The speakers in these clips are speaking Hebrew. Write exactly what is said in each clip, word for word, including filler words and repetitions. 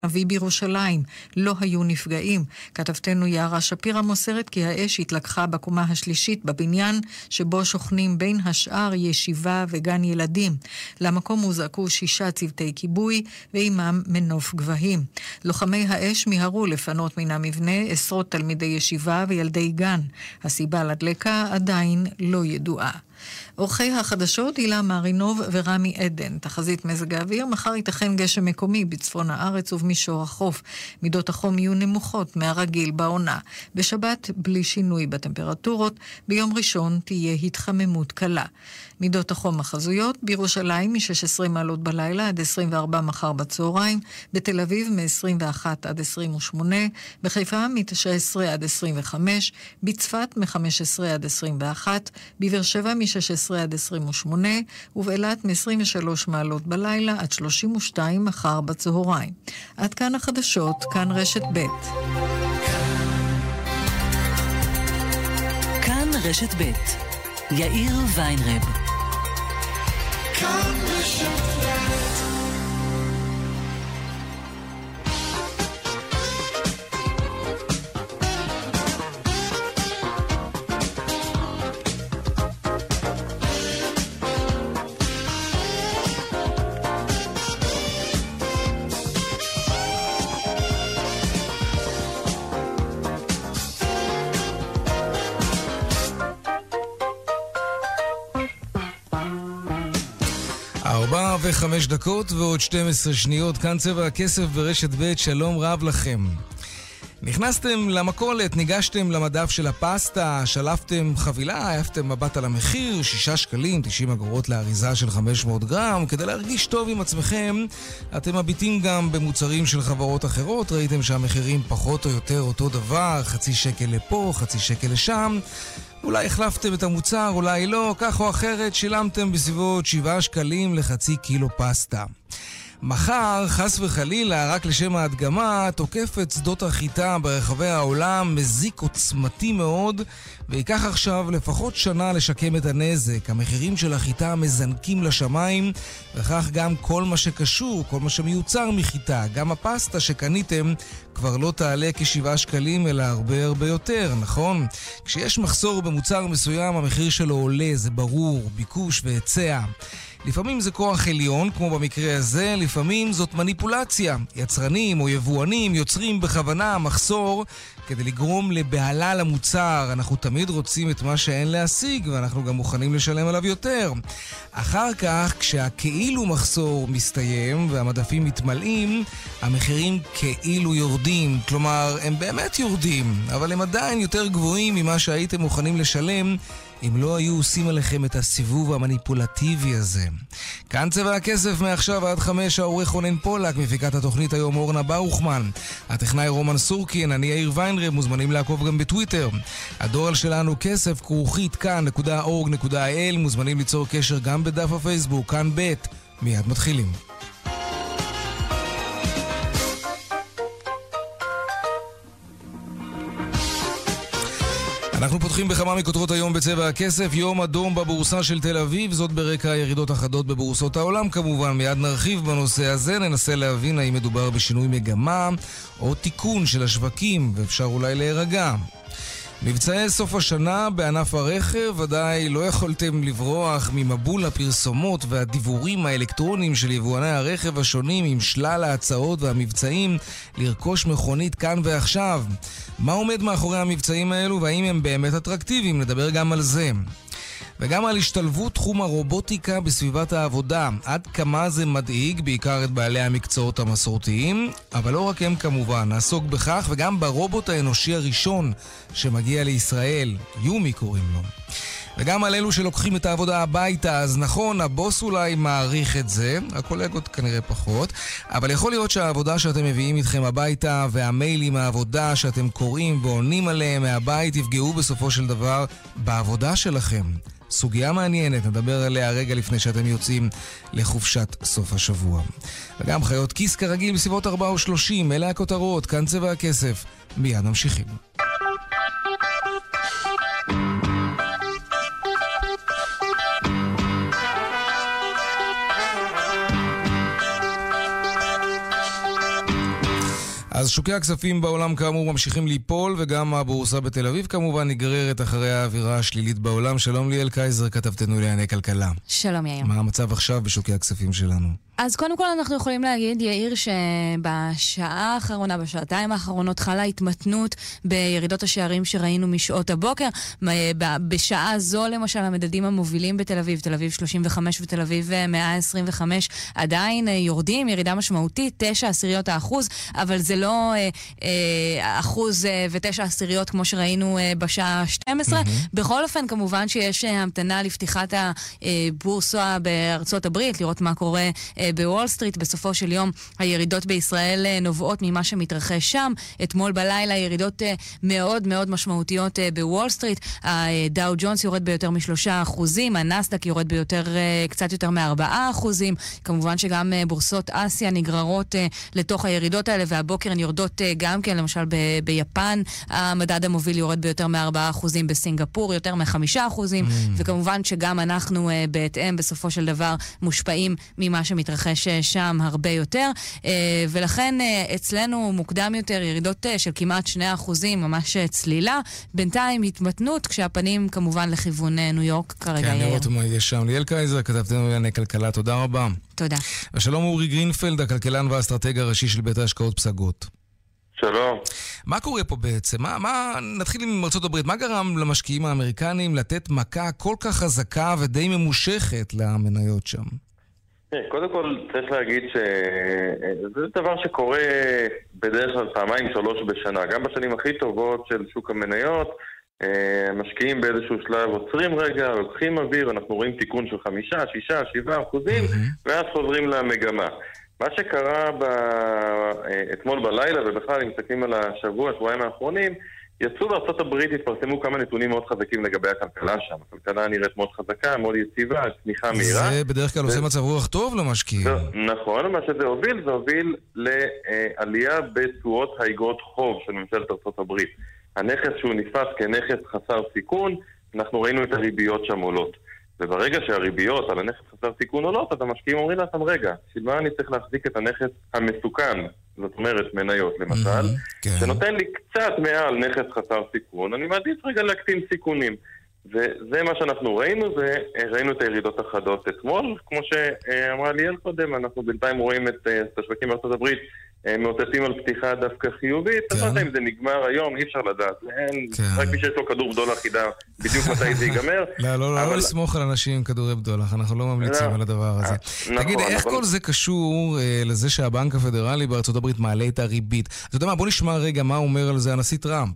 אבי בירושלים, לא היו נפגעים. כתבתנו יערה שפירה מוסרת כי האש התלקחה בקומה השלישית בבניין שבו שוכנים בין השאר ישיבה וגן ילדים. למקום הוזעקו שישה צוותי כיבוי ועימם מנוף גבהים. לוחמי האש מיהרו לפנות מן המבנה עשרות תלמידי ישיבה וילדי גן. הסיבה לדלקה עדיין לא ידועה. אורחי החדשות הילה מרינוב ורמי עדן. תחזית מזג האוויר, מחר ייתכן גשם מקומי בצפון הארץ ובמישור החוף. מידות החום יהיו נמוכות מהרגיל בעונה. בשבת בלי שינוי בטמפרטורות, ביום ראשון תהיה התחממות קלה. מידות החום החזויות, בירושלים מ-שש עשרה מעלות בלילה עד עשרים וארבע מחר בצהריים, בתל אביב מ-עשרים ואחת עד עשרים ושמונה, בחיפה מ-תשע עשרה עד עשרים וחמש, בצפת מ-חמש עשרה עד עשרים ואחת, בבאר שבע מ-שש עשרה עד עשרים ושמונה, ובאילת מ-עשרים ושלוש מעלות בלילה עד שלושים ושתיים מחר בצהריים. עד כאן החדשות, כאן רשת ב'. כאן רשת ב'. יאיר ויינרב. כאן רשת ב'. ארבע וחמש דקות ועוד שתים עשרה שניות, כאן צבע הכסף ברשת ב', שלום רב לכם. נכנסתם למכולת, ניגשתם למדף של הפסטה, שלפתם חבילה, העפתם מבט על המחיר, שישה שקלים, תשעים אגורות לאריזה של חמש מאות גרם. כדי להרגיש טוב עם עצמכם, אתם מביטים גם במוצרים של חברות אחרות, ראיתם שהמחירים פחות או יותר אותו דבר, חצי שקל לפה, חצי שקל לשם. אולי החלפתם את המוצר, אולי לא, כך או אחרת, שילמתם בסביבות שבעה שקלים לחצי קילו פסטה. מחר, חס וחלילה, רק לשם ההדגמה, תוקף את שדות החיטה ברחבי העולם, מזיק עוצמתי מאוד, ויקח עכשיו לפחות שנה לשקם את הנזק. המחירים של החיטה מזנקים לשמיים, וכך גם כל מה שקשור, כל מה שמיוצר מחיטה. גם הפסטה שקניתם כבר לא תעלה כשבעה שקלים, אלא הרבה הרבה יותר, נכון? כשיש מחסור במוצר מסוים, המחיר שלו עולה, זה ברור, ביקוש והיצע. לפעמים זה כוח עליון, כמו במקרה הזה, לפעמים זאת מניפולציה. יצרנים או יבואנים יוצרים בכוונה מחסור כדי לגרום לבהלה למוצר. אנחנו תמיד רוצים את מה שאין להשיג, ואנחנו גם מוכנים לשלם עליו יותר. אחר כך, כשהכאילו מחסור מסתיים והמדפים מתמלאים, המחירים כאילו יורדים. כלומר, הם באמת יורדים, אבל הם עדיין יותר גבוהים ממה שהייתם מוכנים לשלם אם לא היו עושים עליכם את הסיבוב המניפולטיבי הזה. כאן צבע הכסף מעכשיו עד חמש, העורך רונן פולק, מפיקת התוכנית היום אורנה ברוכמן, הטכנאי רומן סורקין, אני יאיר ויינרב, מוזמנים לעקוב גם בטוויטר. הדורל שלנו כסף כרוכית כאן נקודה אורג נקודה איי אל, מוזמנים ליצור קשר גם בדף הפייסבוק, כאן ב'. מיד מתחילים. אנחנו פותחים בכמה מכותרות היום בצבע הכסף. יום אדום בבורסה של תל אביב, זאת ברקע ירידות אחדות בבורסות העולם כמובן. מיד נרחיב בנושא הזה, ננסה להבין האם מדובר בשינוי מגמה או תיקון של השווקים, ואפשר אולי להירגע. מבצעי סוף השנה בענף הרכב, ודאי לא יכולתם לברוח ממבול הפרסומות והדיבורים האלקטרוניים של יבואני הרכב השונים עם שלל ההצעות והמבצעים לרכוש מכונית כאן ועכשיו. מה עומד מאחורי המבצעים האלו והאם הם באמת אטרקטיביים? נדבר גם על זה. וגם על השתלבות תחום הרובוטיקה בסביבת העבודה. עד כמה זה מדאיג, בעיקר את בעלי המקצועות המסורתיים, אבל לא רק הם כמובן. נעסוק בכך וגם ברובוט האנושי הראשון שמגיע לישראל, יומי קוראים לו. וגם על אלו שלוקחים את העבודה הביתה. אז נכון, הבוס אולי מעריך את זה, הקולגות כנראה פחות, אבל יכול להיות שהעבודה שאתם מביאים איתכם הביתה והמיילים מהעבודה שאתם קוראים ועונים עליהם מהבית יפגעו בסופו של דבר בעבודה שלכם. סוגיה מעניינת, נדבר עליה רגע לפני שאתם יוצאים לחופשת סוף השבוע. וגם חיות כיס כרגיל בסביבות ארבע ושלושים, אלה הכותרות, כאן צבע הכסף. מיד ממשיכים. אז שוקי הכספים בעולם כאמור ממשיכים ליפול, וגם הבורסה בתל אביב כמובן נגררת אחרי האווירה השלילית בעולם. שלום ליאל קייזר, כתבתנו לענייני כלכלה. שלום יאיר. מה המצב עכשיו בשוקי הכספים שלנו? אז קודם כל אנחנו יכולים להגיד, יאיר, שבשעה האחרונה, בשעתיים האחרונות, חלה התמתנות בירידות השערים שראינו משעות הבוקר. בשעה זו, למשל, המדדים המובילים בתל אביב, תל אביב שלושים וחמש ותל אביב מאה עשרים וחמש, עדיין יורדים, ירידה משמעותית, תשע עשיריות האחוז, אבל זה לא אה, אה, אחוז אה, ותשע עשיריות כמו שראינו אה, בשעה שתים עשרה. Mm-hmm. בכל אופן, כמובן שיש אה, המתנה לפתיחת הבורסה בארצות הברית, לראות מה קורה אה, בוול סטריט. בסופו של יום הירידות בישראל נובעות ממה שמתרחש שם. אתמול בלילה ירידות מאוד מאוד משמעותיות בוול סטריט. הדאו ג'ונס יורד ביותר משלושה אחוזים, הנסדק יורד ביותר, קצת יותר מארבעה אחוזים. כמובן שגם בורסות אסיה נגררות לתוך הירידות האלה, והבוקר הן יורדות גם כן, למשל ב- ביפן המדד המוביל יורד ביותר מארבעה אחוזים, בסינגפור יותר מחמישה אחוזים, mm. וכמובן שגם אנחנו בהתאם בסופו של דבר מושפעים ממה שמתרחש שם הרבה יותר, ולכן אצלנו מוקדם יותר ירידות של כמעט שני אחוזים, ממש צלילה. בינתיים התמתנות, כשהפנים כמובן לכיוון ניו יורק כרגע. כן, נראות מה יש שם. ליאל קייזר, כתבתנו לענייני כלכלה, תודה רבה. תודה. ושלום אורי גרינפלד, הכלכלן והאסטרטג הראשי של בית ההשקעות פסגות. שלום. מה קורה פה בעצם? מה, מה, נתחיל עם ארצות הברית. מה גרם למשקיעים האמריקנים לתת מכה כל כך חזקה ודי ממושכת למניות שם? קודם כל צריך להגיד שזה דבר שקורה בדרך כלל פעמיים שלוש בשנה. גם בשנים הכי טובות של שוק המניות, משקיעים באיזשהו שלב, עוצרים רגע, לוקחים אוויר, אנחנו רואים תיקון של חמישה, שישה, שבעה אחוזים, ואז חוזרים למגמה. מה שקרה ב... אתמול בלילה, ובכלל אם מסתכלים על השבוע, שבועיים האחרונים, יצאו בארצות הברית, התפרסמו כמה נתונים מאוד חזקים לגבי הכלכלה שם. הכלכלה נראית מאוד חזקה, מאוד יציבה, צמיחה מהירה. זה בדרך כלל עושה מצב רוח טוב למשקיעים. נכון, מה שזה הוביל, זה הוביל לעלייה בתשואות האגרות חוב של ממשלת ארצות הברית. הנכס שהוא נתפס כנכס חסר סיכון, אנחנו ראינו את הריביות שם עולות. וברגע שהריביות על הנכס חסר סיכון עולות, אז המשקיעים אומרים לעצם, רגע, שמה אני צריך להחזיק את הנכס המסוכן, זאת אומרת מניות למשל, שנותן לי קצת מעל נכס חסר סיכון, אני מעדיף רגע להקטין סיכונים. וזה מה שאנחנו ראינו, וראינו את הירידות החדות אתמול, כמו שאמרה ליאל קודם, אנחנו בינתיים רואים את השווקים בארצות הברית מאותתים על פתיחה דווקא חיובית, אז לא יודע אם זה נגמר היום, אי אפשר לדעת. רק מי שיש לו כדור בדולח ידע בדיוק מתי זה ייגמר. לא, לא, לא לסמוך על אנשים עם כדורי בדולח, אנחנו לא ממליצים על הדבר הזה. תגיד, איך כל זה קשור לזה שהבנק הפדרלי בארצות הברית מעלה את הריבית? אתה יודע מה, בוא נשמע רגע מה אומר על זה הנשיא טראמפ.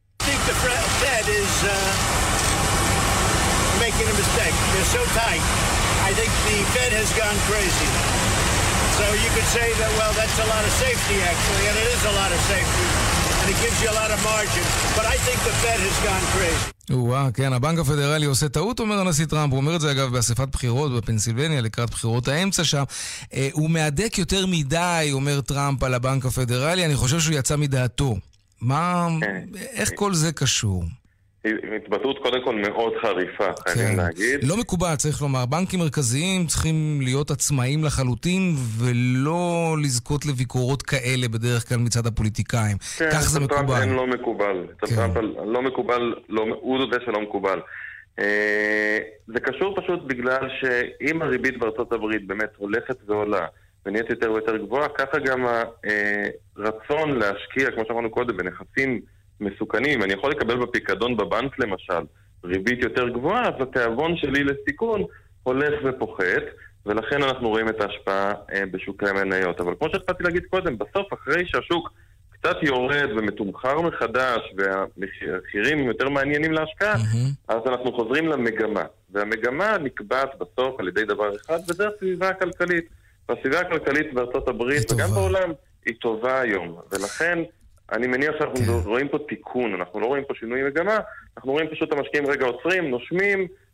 making a mistake. They're so tight. I think the Fed has gone crazy. So you could say that, well, that's a lot of safety, actually, and it is a lot of safety, and it gives you a lot of margin. But I think the Fed has gone crazy. וואה, כן, הבנק הפדרלי עושה טעות, אומר הנשיא טראמפ. הוא אומר את זה, אגב, באספת בחירות בפנסילבניה, לקראת בחירות האמצע שם. אה, הוא מהדק יותר מדי, אומר טראמפ, על הבנק הפדרלי. אני חושב שהוא יצא מדעתו. מה, איך כל זה קשור? התבטאות קודם כל מאוד חריפה, חייבים להגיד. לא מקובל, צריך לומר. בנקים מרכזיים צריכים להיות עצמאיים לחלוטין, ולא לזכות לביקורות כאלה בדרך כלל מצד הפוליטיקאים. כך זה מקובל. טראמפ אין לא מקובל. טראמפ לא מקובל, הוא זה שלא מקובל. זה קשור פשוט בגלל שאם הריבית בארצות הברית באמת הולכת ועולה, ונהיית יותר ויותר גבוהה, ככה גם הרצון להשקיע, כמו שאמרנו קודם, בנכסים מסוכנים. אני יכול לקבל בפיקדון בבנק למשל ריבית יותר גבוהה, אז התיאבון שלי לסיכון הולך ופוחת, ולכן אנחנו רואים את ההשפעה אה, בשוקי המניות. אבל כמו שהתחלתי להגיד קודם, בסוף אחרי שהשוק קצת יורד ומתומחר מחדש והמחירים יותר מעניינים להשקעה, mm-hmm. אז אנחנו חוזרים למגמה. והמגמה נקבעת בסוף על ידי דבר אחד, וזה הסביבה הכלכלית. והסביבה הכלכלית בארצות הברית וגם בעולם היא טובה היום. ולכן אני מניח שאנחנו כן. רואים פה תיקון, אנחנו לא רואים פה שינוי מגמה, אנחנו רואים פשוט המשקיעים רגע עוצרים, נושמים,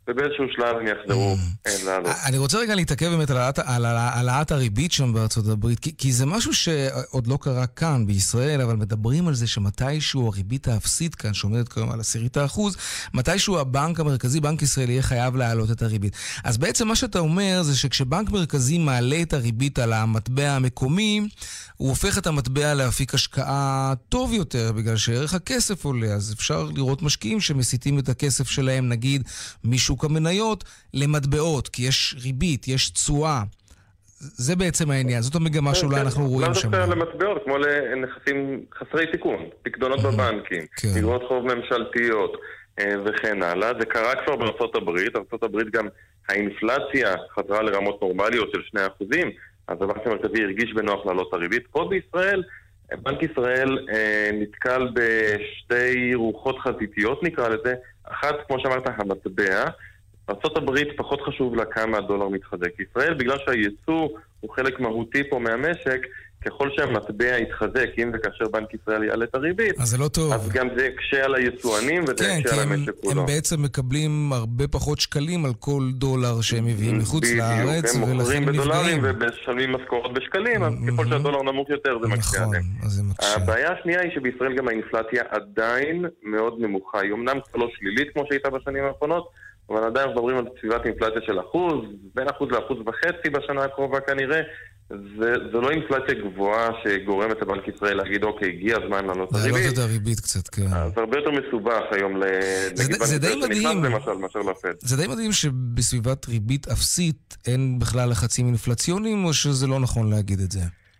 ובאיזשהו שלב הם יחזרו לעלות. אני רוצה רגע להתעכב באמת על העלאת הריבית שם בארצות הברית, כי זה משהו שעוד לא קרה כאן בישראל, אבל מדברים על זה שמתישהו הריבית האפסית כאן, שעומדת כיום על עשירית האחוז, מתישהו הבנק המרכזי, בנק ישראל, יהיה חייב להעלות את הריבית. אז בעצם מה שאתה אומר זה שכשבנק מרכזי מעלה את הריבית על המטבע המקומי, הוא הופך את המטבע להפיק השקעה טוב יותר, בגלל שערך הכסף עולה, אז אפשר לראות משקיעים שמסיתים את הכסף שלהם, נגיד, משוק המניות למטבעות, כי יש ריבית, יש תשואה. זה בעצם העניין, זאת המגמה שאולי אנחנו רואים שם. לא דווקא למטבעות, כמו לנכסים חסרי תיקון, פקדונות בבנקים, אגרות חוב ממשלתיות וכן הלאה. זה קרה כבר בארצות הברית, ארצות הברית גם האינפלציה חזרה לרמות נורמליות של שני אחוזים, אז הבנק המרכזי הרגיש בנוח לעלות הריבית. פה בישראל, בנק ישראל אה, נתקל בשתי רוחות חזיתיות, נקרא לזה. אחת, כמו שאמרת, המטבע. ארצות הברית פחות חשוב לה כמה הדולר מתחזק. ישראל, בגלל שהייצוא הוא חלק מהותי פה מהמשק, ככל שהמטבע יתחזק, אם וכאשר בנק ישראל יעלה את הריבית, אז זה לא טוב. אז גם זה יקשה על היצואנים וזה כן, יקשה על המשק כולו. הם בעצם מקבלים הרבה פחות שקלים על כל דולר שהם מביאים מחוץ לארץ, הם ולכן מוכרים בדולרים נפגעים. ומשלמים משכורות בשקלים, אז ככל שהדולר נמוך יותר זה מקשה עליהם. נכון, אז זה מקשה. הבעיה השנייה היא שבישראל גם האינפלציה עדיין מאוד נמוכה. היא אמנם כבר לא שלילית כמו שהייתה בשנים האחרונות, אבל עדיין אנחנו מדברים על סביבת אינפלציה של אחוז, בין אחוז לאחוז וחצי בשנה הקרובה כנראה. זה, זה לא אינפלציה גבוהה שגורמת לבנק ישראל להגיד, אוקיי, הגיע הזמן לעלות הריבית. להעלות את הריבית קצת, כן. זה הרבה יותר מסובך היום להגיד בנק ישראל שנכנס למשל מאשר לפד. זה די מדהים שבסביבת ריבית אפסית אין בכלל לחצים אינפלציוניים, או שזה לא נכון להגיד את זה?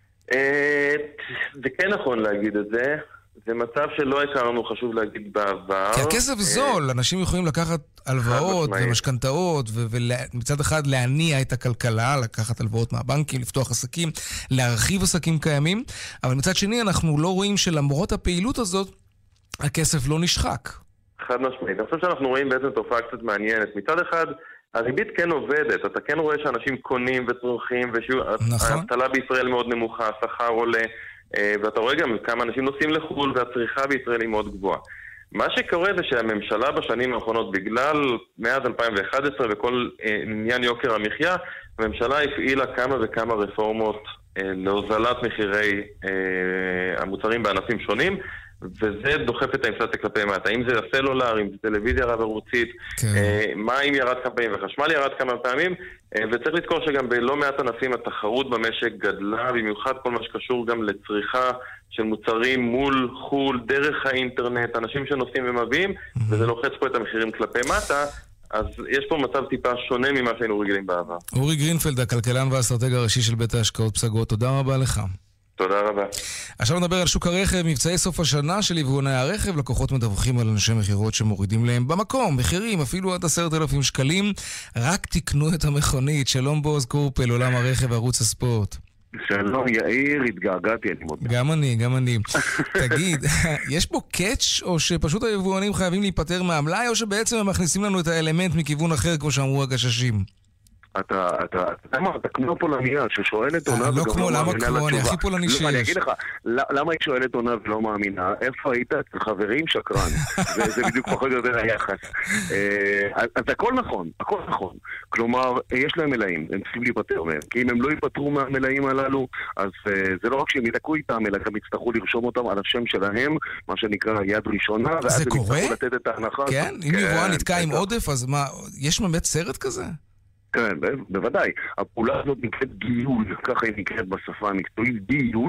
זה כן נכון להגיד את זה. זה מצב שלא הכרנו, חשוב להגיד בעבר. כי הכסף זול, אנשים יכולים לקחת הלוואות ומשכנתאות, ומצד אחד להניע את הכלכלה, לקחת הלוואות מהבנקים, לפתוח עסקים, להרחיב עסקים קיימים, אבל מצד שני אנחנו לא רואים שלמרות הפעילות הזאת, הכסף לא נשחק. חד משמעית. אני חושב שאנחנו רואים בעצם תופעה קצת מעניינת. מצד אחד, הריבית כן עובדת, אתה כן רואה שאנשים קונים וצורכים, והאבטלה בישראל מאוד נמוכה, השכר עולה, ואתה רואה גם כמה אנשים נוסעים לחו"ל, והצריכה בישראל היא מאוד גבוהה. מה שקורה זה שהממשלה בשנים האחרונות, בגלל מאז אלפיים ואחת עשרה וכל עניין יוקר המחיה, הממשלה הפעילה כמה וכמה רפורמות להוזלת מחירי המוצרים בענפים שונים, וזה דוחף את האינפלציה כלפי מטה. אם זה הסלולר, אם זה טלוויזיה רב-ערוצית, כן. מים ירד כמה פעמים וחשמל ירד כמה פעמים, וצריך לזכור שגם בלא מעט ענפים התחרות במשק גדלה, במיוחד כל מה שקשור גם לצריכה של מוצרים מול חול, דרך האינטרנט, אנשים שנוסעים ומביאים, mm-hmm. וזה לוחץ פה את המחירים כלפי מטה, אז יש פה מצב טיפה שונה ממה שהיינו רגילים בעבר. אורי גרינפלד, הכלכלן והאסטרטג הראשי של בית ההשקעות פסגות, תודה רבה לך. תודה רבה. עכשיו נדבר על שוק הרכב, מבצעי סוף השנה של יבואני הרכב. לקוחות מדווחים על אנשי מחירות שמורידים להם במקום, מחירים אפילו עד עשרת אלפים שקלים. רק תקנו את המכונית. שלום בועז קורפל, עולם הרכב, ערוץ הספורט. שלום יאיר, התגעגעתי, אני מודה. גם אני, גם אני. תגיד, יש פה קאץ' או שפשוט היבואנים חייבים להיפטר מהמלאי, או שבעצם הם מכניסים לנו את האלמנט מכיוון אחר, כמו שאמרו הגששים? אתה, אתה, אתה, אתה כמו פולניה ששואלת עונה לא כמו, למה כמו? אני הכי פולני שיש. אני אגיד לך, למה היא שואלת עונה ולא מאמינה? איפה היית? אצל חברים שקרן. זה בדיוק פחות או יותר היחס. אז הכל נכון, הכל נכון. כלומר, יש להם מלאים, הם צריכים להיפטר מהם. כי אם הם לא ייפטרו מהמלאים הללו, אז זה לא רק שהם יתקעו איתם, אלא גם יצטרכו לרשום אותם על השם שלהם, מה שנקרא יד ראשונה, ואז הם יצטרכו לתת את ההנחה. כן? אם יבואן נתקע עם עודף, אז מה, יש באמת סרט כזה? כן, בוודאי. הפעולה הזאת נקראת גיול, ככה היא נקראת בשפה המקצועית, גיול,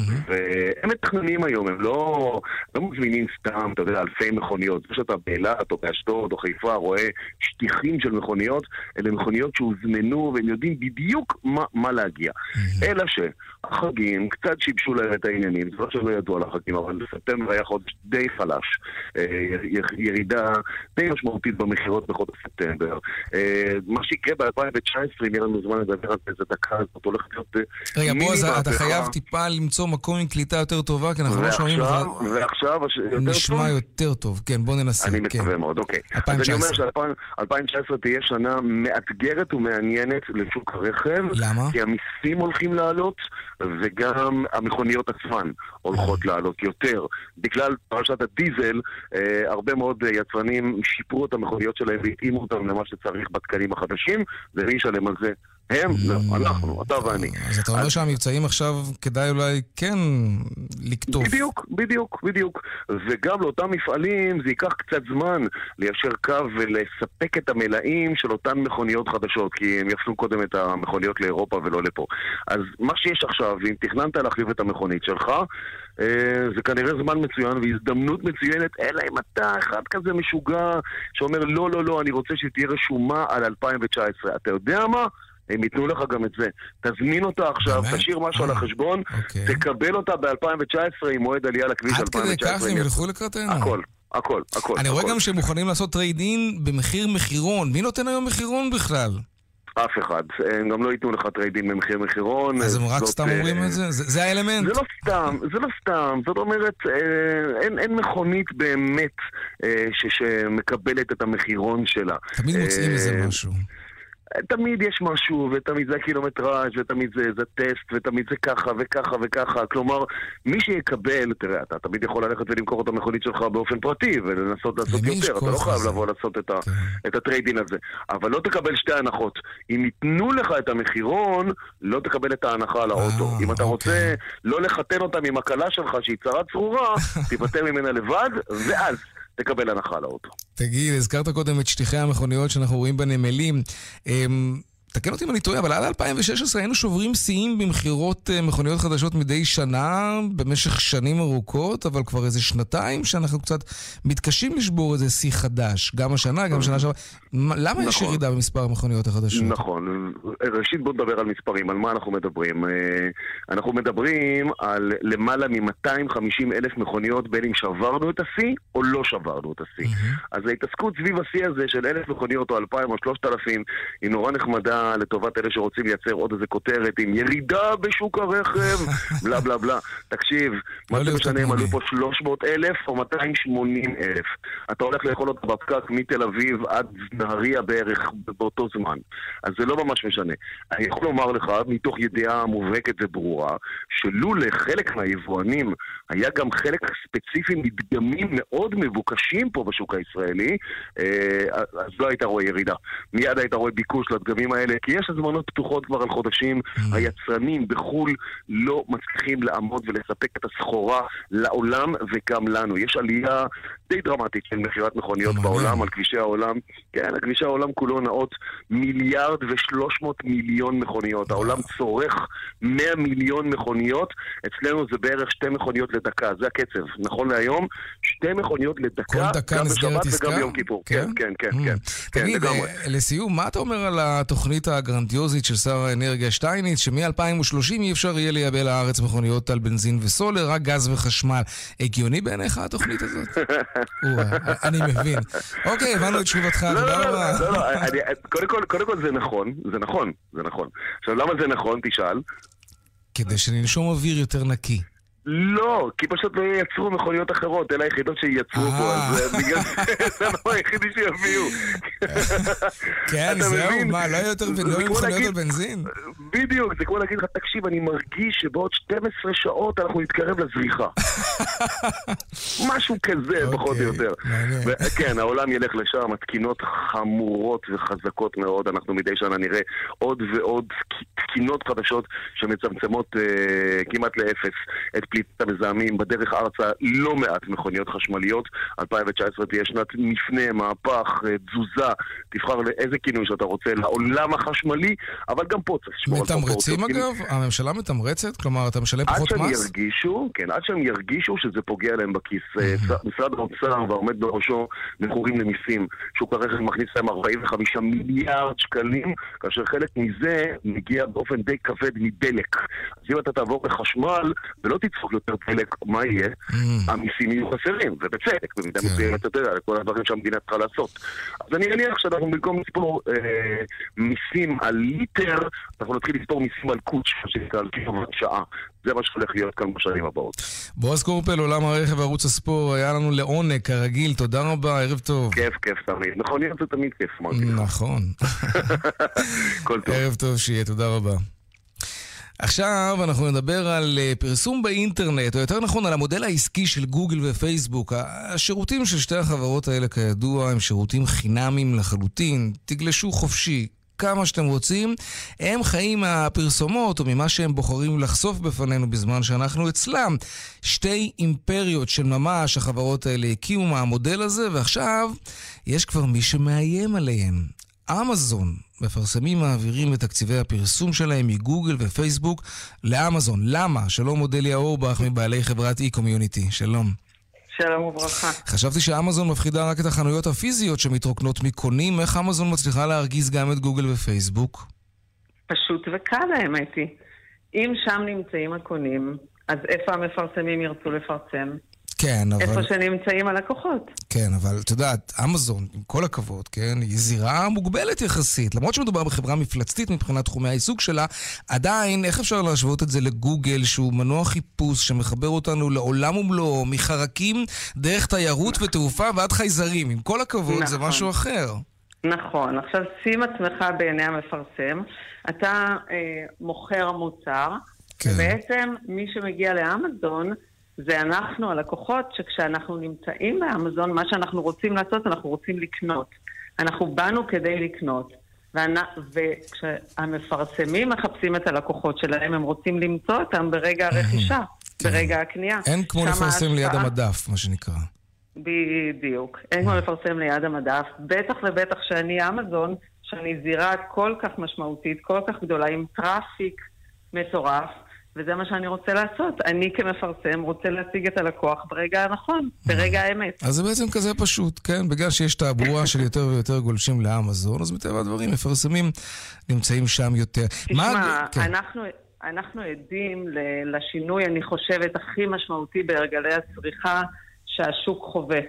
והם מתכננים היום, הם לא מזמינים סתם, אתה יודע, אלפי מכוניות. זה שאתה באילת או באשדוד או חיפה רואה שטיחים של מכוניות, אלה מכוניות שהוזמנו והם יודעים בדיוק מה להגיע. אלא שהחגים קצת שיבשו להם את העניינים, זה לא שלא ידעו על החגים, אבל בספטמבר היה חודש די חלש, ירידה די משמעותית במחירות בחודש ספטמבר. מה שיקרה ב-אלפיים תשע עשרה, אם יהיה לנו זמן לדבר על איזה דקה, זאת הולכת להיות... רגע, בועז, אתה חייב טיפה למצוא מקום עם קליטה יותר טובה, כי אנחנו לא שומעים... ועכשיו, נשמע יותר טוב. כן, בוא ננסה. אני מקווה מאוד, אוקיי. אז אני אומר ש-אלפיים תשע עשרה תהיה שנה מאתגרת ומעניינת לשוק הרכב. למה? כי המיסים הולכים לעלות, וגם המכוניות עצמן הולכות לעלות יותר. בגלל פרשת הדיזל, הרבה מאוד יצרנים שיפרו את המכוניות שלהם והתאימו אותם למה שצריך בתקנים החדשים, ומי ישלם על זה? הם? לא, אנחנו, אתה ואני. אז אתה אומר שהמבצעים עכשיו כדאי אולי כן לקטוף. בדיוק, בדיוק, בדיוק. וגם לאותם מפעלים זה ייקח קצת זמן ליישר קו ולספק את המלאים של אותן מכוניות חדשות, כי הם יפנו קודם את המכוניות לאירופה ולא לפה. אז מה שיש עכשיו, אם תכננת להחליף את המכונית שלך, זה כנראה זמן מצוין והזדמנות מצוינת, אלא אם אתה אחד כזה משוגע שאומר לא, לא, לא, אני רוצה שתהיה רשומה על אלפיים תשע עשרה. אתה יודע מה? הם ייתנו לך גם את זה. תזמין אותה עכשיו, תשאיר משהו על החשבון, תקבל אותה ב-אלפיים תשע עשרה עם מועד עלייה לכביש אלפיים תשע עשרה. עד כדי כך הם ילכו לקראתנו? הכל, הכל, הכל. אני רואה גם שהם מוכנים לעשות טריידין במחיר מחירון. מי נותן היום מחירון בכלל? אף אחד. הם גם לא ייתנו לך טריידין במחיר מחירון. אז הם רק סתם אומרים את זה? זה האלמנט? זה לא סתם, זה לא סתם. זאת אומרת, אין מכונית באמת שמקבלת את המחירון שלה. תמיד מוצאים איזה משהו. תמיד יש משהו, ותמיד זה הקילומטראז' ותמיד זה, זה טסט, ותמיד זה ככה וככה וככה. כלומר, מי שיקבל, תראה, אתה תמיד יכול ללכת ולמכור את המכונית שלך באופן פרטי, ולנסות לעשות יותר. אתה לא חייב לבוא לעשות את, כן. ה, את הטריידין הזה. אבל לא תקבל שתי הנחות. אם ייתנו לך את המחירון, לא תקבל את ההנחה על האוטו. אה, אם אתה אוקיי. רוצה לא לחתן אותה ממקלה שלך, שהיא צרה צרורה, תיוותר ממנה לבד, ואז תקבל הנחה על האוטו. תגיד, הזכרת קודם את שטיחי המכוניות שאנחנו רואים בנמלים. תקן אותי אם אני טועה, אבל עד אלפיים ושש עשרה היינו שוברים שיאים במחירות מכוניות חדשות מדי שנה, במשך שנים ארוכות, אבל כבר איזה שנתיים שאנחנו קצת מתקשים לשבור איזה שיא חדש. גם השנה, גם שנה שעברה. למה יש ירידה במספר המכוניות החדשות? נכון. ראשית בוא נדבר על מספרים, על מה אנחנו מדברים. אנחנו מדברים על למעלה מ-מאתיים וחמישים אלף מכוניות, בין אם שברנו את השיא או לא שברנו את השיא. אז ההתעסקות סביב השיא הזה של אלף מכוניות או אלפיים או שלושת אלפים היא נורא נחמדה לטובת אלה שרוצים לייצר עוד איזה כותרת עם ירידה בשוק הרכב, בלה בלה בלה. תקשיב, מה זה משנה אם עלו פה שלוש מאות אלף או מאתיים ושמונים אלף? אתה הולך לאכול אותה בפקק מתל אביב עד נהריה בערך באותו זמן. אז זה לא ממש משנה. אני יכול לומר לך, מתוך ידיעה מובהקת וברורה, שלו לחלק מהיבואנים היה גם חלק ספציפי מדגמים מאוד מבוקשים פה בשוק הישראלי, אז לא היית רואה ירידה. מיד היית רואה ביקוש לדגמים האלה, כי יש הזמנות פתוחות כבר על חודשים. היצרנים בחול לא מצליחים לעמוד ולספק את הסחורה לעולם וגם לנו. יש עלייה די דרמטית של מחירת מכוניות בעולם, על כבישי העולם. כן, על כבישי העולם כולו נעות מיליארד ושלוש מאות מיליון מכוניות. העולם צורך מאה מיליון מכוניות. אצלנו זה בערך שתי מכוניות לדקה. זה הקצב. נכון להיום, שתי מכוניות לדקה, גם בשבת וגם ביום כיפור. כן, כן, כן, כן. תגיד, לסיום, מה אתה אומר על התוכנית הגרנדיוזית של שר האנרגיה שטייניץ, שמ-אלפיים ושלושים אי אפשר יהיה לייבא לארץ מכוניות על בנזין וסולר, רק גז וחשמל? הגיוני בעיניך התוכנית הזאת? אני מבין. אוקיי, הבנו את תשובתך. לא, לא, לא. קודם כל זה נכון, זה נכון, זה נכון. עכשיו, למה זה נכון? תשאל. כדי שננשום אוויר יותר נקי. לא, כי פשוט לא ייצרו מכוניות אחרות, אלה היחידות שייצרו פה, אז בגלל זה לא היחידי שיביאו. כן, זהו, מה, לא יהיו יותר מכוניות על בנזין? בדיוק, זה כמו להגיד לך, תקשיב, אני מרגיש שבעוד שתים עשרה שעות אנחנו נתקרב לזריחה. משהו כזה, פחות או יותר. כן, העולם ילך לשם, התקינות חמורות וחזקות מאוד, אנחנו מדי שנה נראה עוד ועוד תקינות חדשות שמצמצמות כמעט לאפס את פליטת המזהמים. בדרך ארצה לא מעט מכוניות חשמליות. אלפיים תשע עשרה תהיה שנת מפנה, מהפך, תזוזה, תבחר לאיזה כינוי שאתה רוצה, לעולם החשמלי, אבל גם פה צריך לשמור על מתמרצים אגב? הממשלה מתמרצת? כלומר, אתה משלם פחות מס? עד שהם ירגישו, כן, עד שהם ירגישו שזה פוגע להם בכיס. משרד האוצר והעומד בראשו מכורים למיסים. שוק הרכב מכניס להם ארבעים וחמישה מיליארד שקלים, כאשר חלק מזה מגיע באופן די כבד מדלק. אז אם אתה תעבור לחשמל ולא תצפור יחסוך יותר דלק, מה יהיה? המיסים יהיו חסרים, ובצדק, במידה מסוימת, אתה יודע, לכל הדברים שהמדינה צריכה לעשות. אז אני מניח שאנחנו במקום לספור מיסים על ליטר, אנחנו נתחיל לספור מיסים על קוץ', שנקרא על קילוואט שעה. זה מה שהולך להיות כאן בשנים הבאות. בועז קורפל, עולם הרכב וערוץ הספורט, היה לנו לעונג, כרגיל, תודה רבה, ערב טוב. כיף, כיף תמיד. נכון, זה תמיד כיף, אמרתי. נכון. כל טוב. ערב טוב שיהיה, תודה רבה. עכשיו אנחנו נדבר על פרסום באינטרנט, או יותר נכון על המודל העסקי של גוגל ופייסבוק. השירותים של שתי החברות האלה כידוע הם שירותים חינמיים לחלוטין, תגלשו חופשי. כמה שאתם רוצים, הם חיים מהפרסומות או ממה שהם בוחרים לחשוף בפנינו בזמן שאנחנו אצלם. שתי אימפריות של ממש החברות האלה הקימו מהמודל הזה, ועכשיו יש כבר מי שמאיים עליהם. אמזון מפרסמים מעבירים את תקציבי הפרסום שלהם מגוגל ופייסבוק לאמזון. למה? שלום אודליה אורבך מבעלי חברת אי-קומיוניטי. שלום. שלום וברכה. חשבתי שאמזון מפחידה רק את החנויות הפיזיות שמתרוקנות מקונים. איך אמזון מצליחה להרגיז גם את גוגל ופייסבוק? פשוט וקל האמת היא. אם שם נמצאים הקונים, אז איפה המפרסמים ירצו לפרסם? כן, אבל... איפה שנמצאים הלקוחות. כן, אבל אתה יודעת, אמזון, עם כל הכבוד, כן, היא זירה מוגבלת יחסית. למרות שמדובר בחברה מפלצתית מבחינת תחומי העיסוק שלה, עדיין, איך אפשר להשוות את זה לגוגל, שהוא מנוע חיפוש שמחבר אותנו לעולם ומלואו, מחרקים דרך תיירות ותעופה ועד חייזרים. עם כל הכבוד, נכון. זה משהו אחר. נכון. עכשיו, שים עצמך בעיני המפרסם. אתה אה, מוכר מוצר, כן. ובעצם מי שמגיע לאמזון, זה אנחנו, הלקוחות, שכשאנחנו נמצאים באמזון, מה שאנחנו רוצים לעשות, אנחנו רוצים לקנות. אנחנו באנו כדי לקנות. וכשהמפרסמים מחפשים את הלקוחות שלהם, הם רוצים למצוא אותם ברגע הרכישה, ברגע הקנייה. אין כמו לפרסם ליד המדף, מה שנקרא. בדיוק. אין כמו לפרסם ליד המדף. בטח ובטח שאני אמזון, שאני זירה כל כך משמעותית, כל כך גדולה, עם טראפיק מטורף, וזה מה שאני רוצה לעשות. אני כמפרסם רוצה להשיג את הלקוח ברגע הנכון, ברגע האמת. אז זה בעצם כזה פשוט, כן? בגלל שיש תעבורה של יותר ויותר גולשים לאמזון, אז מטבע הדברים מפרסמים נמצאים שם יותר. תשמע, אנחנו, אנחנו עדים לשינוי, אני חושבת, הכי משמעותי בהרגלי הצריכה שהשוק חווה.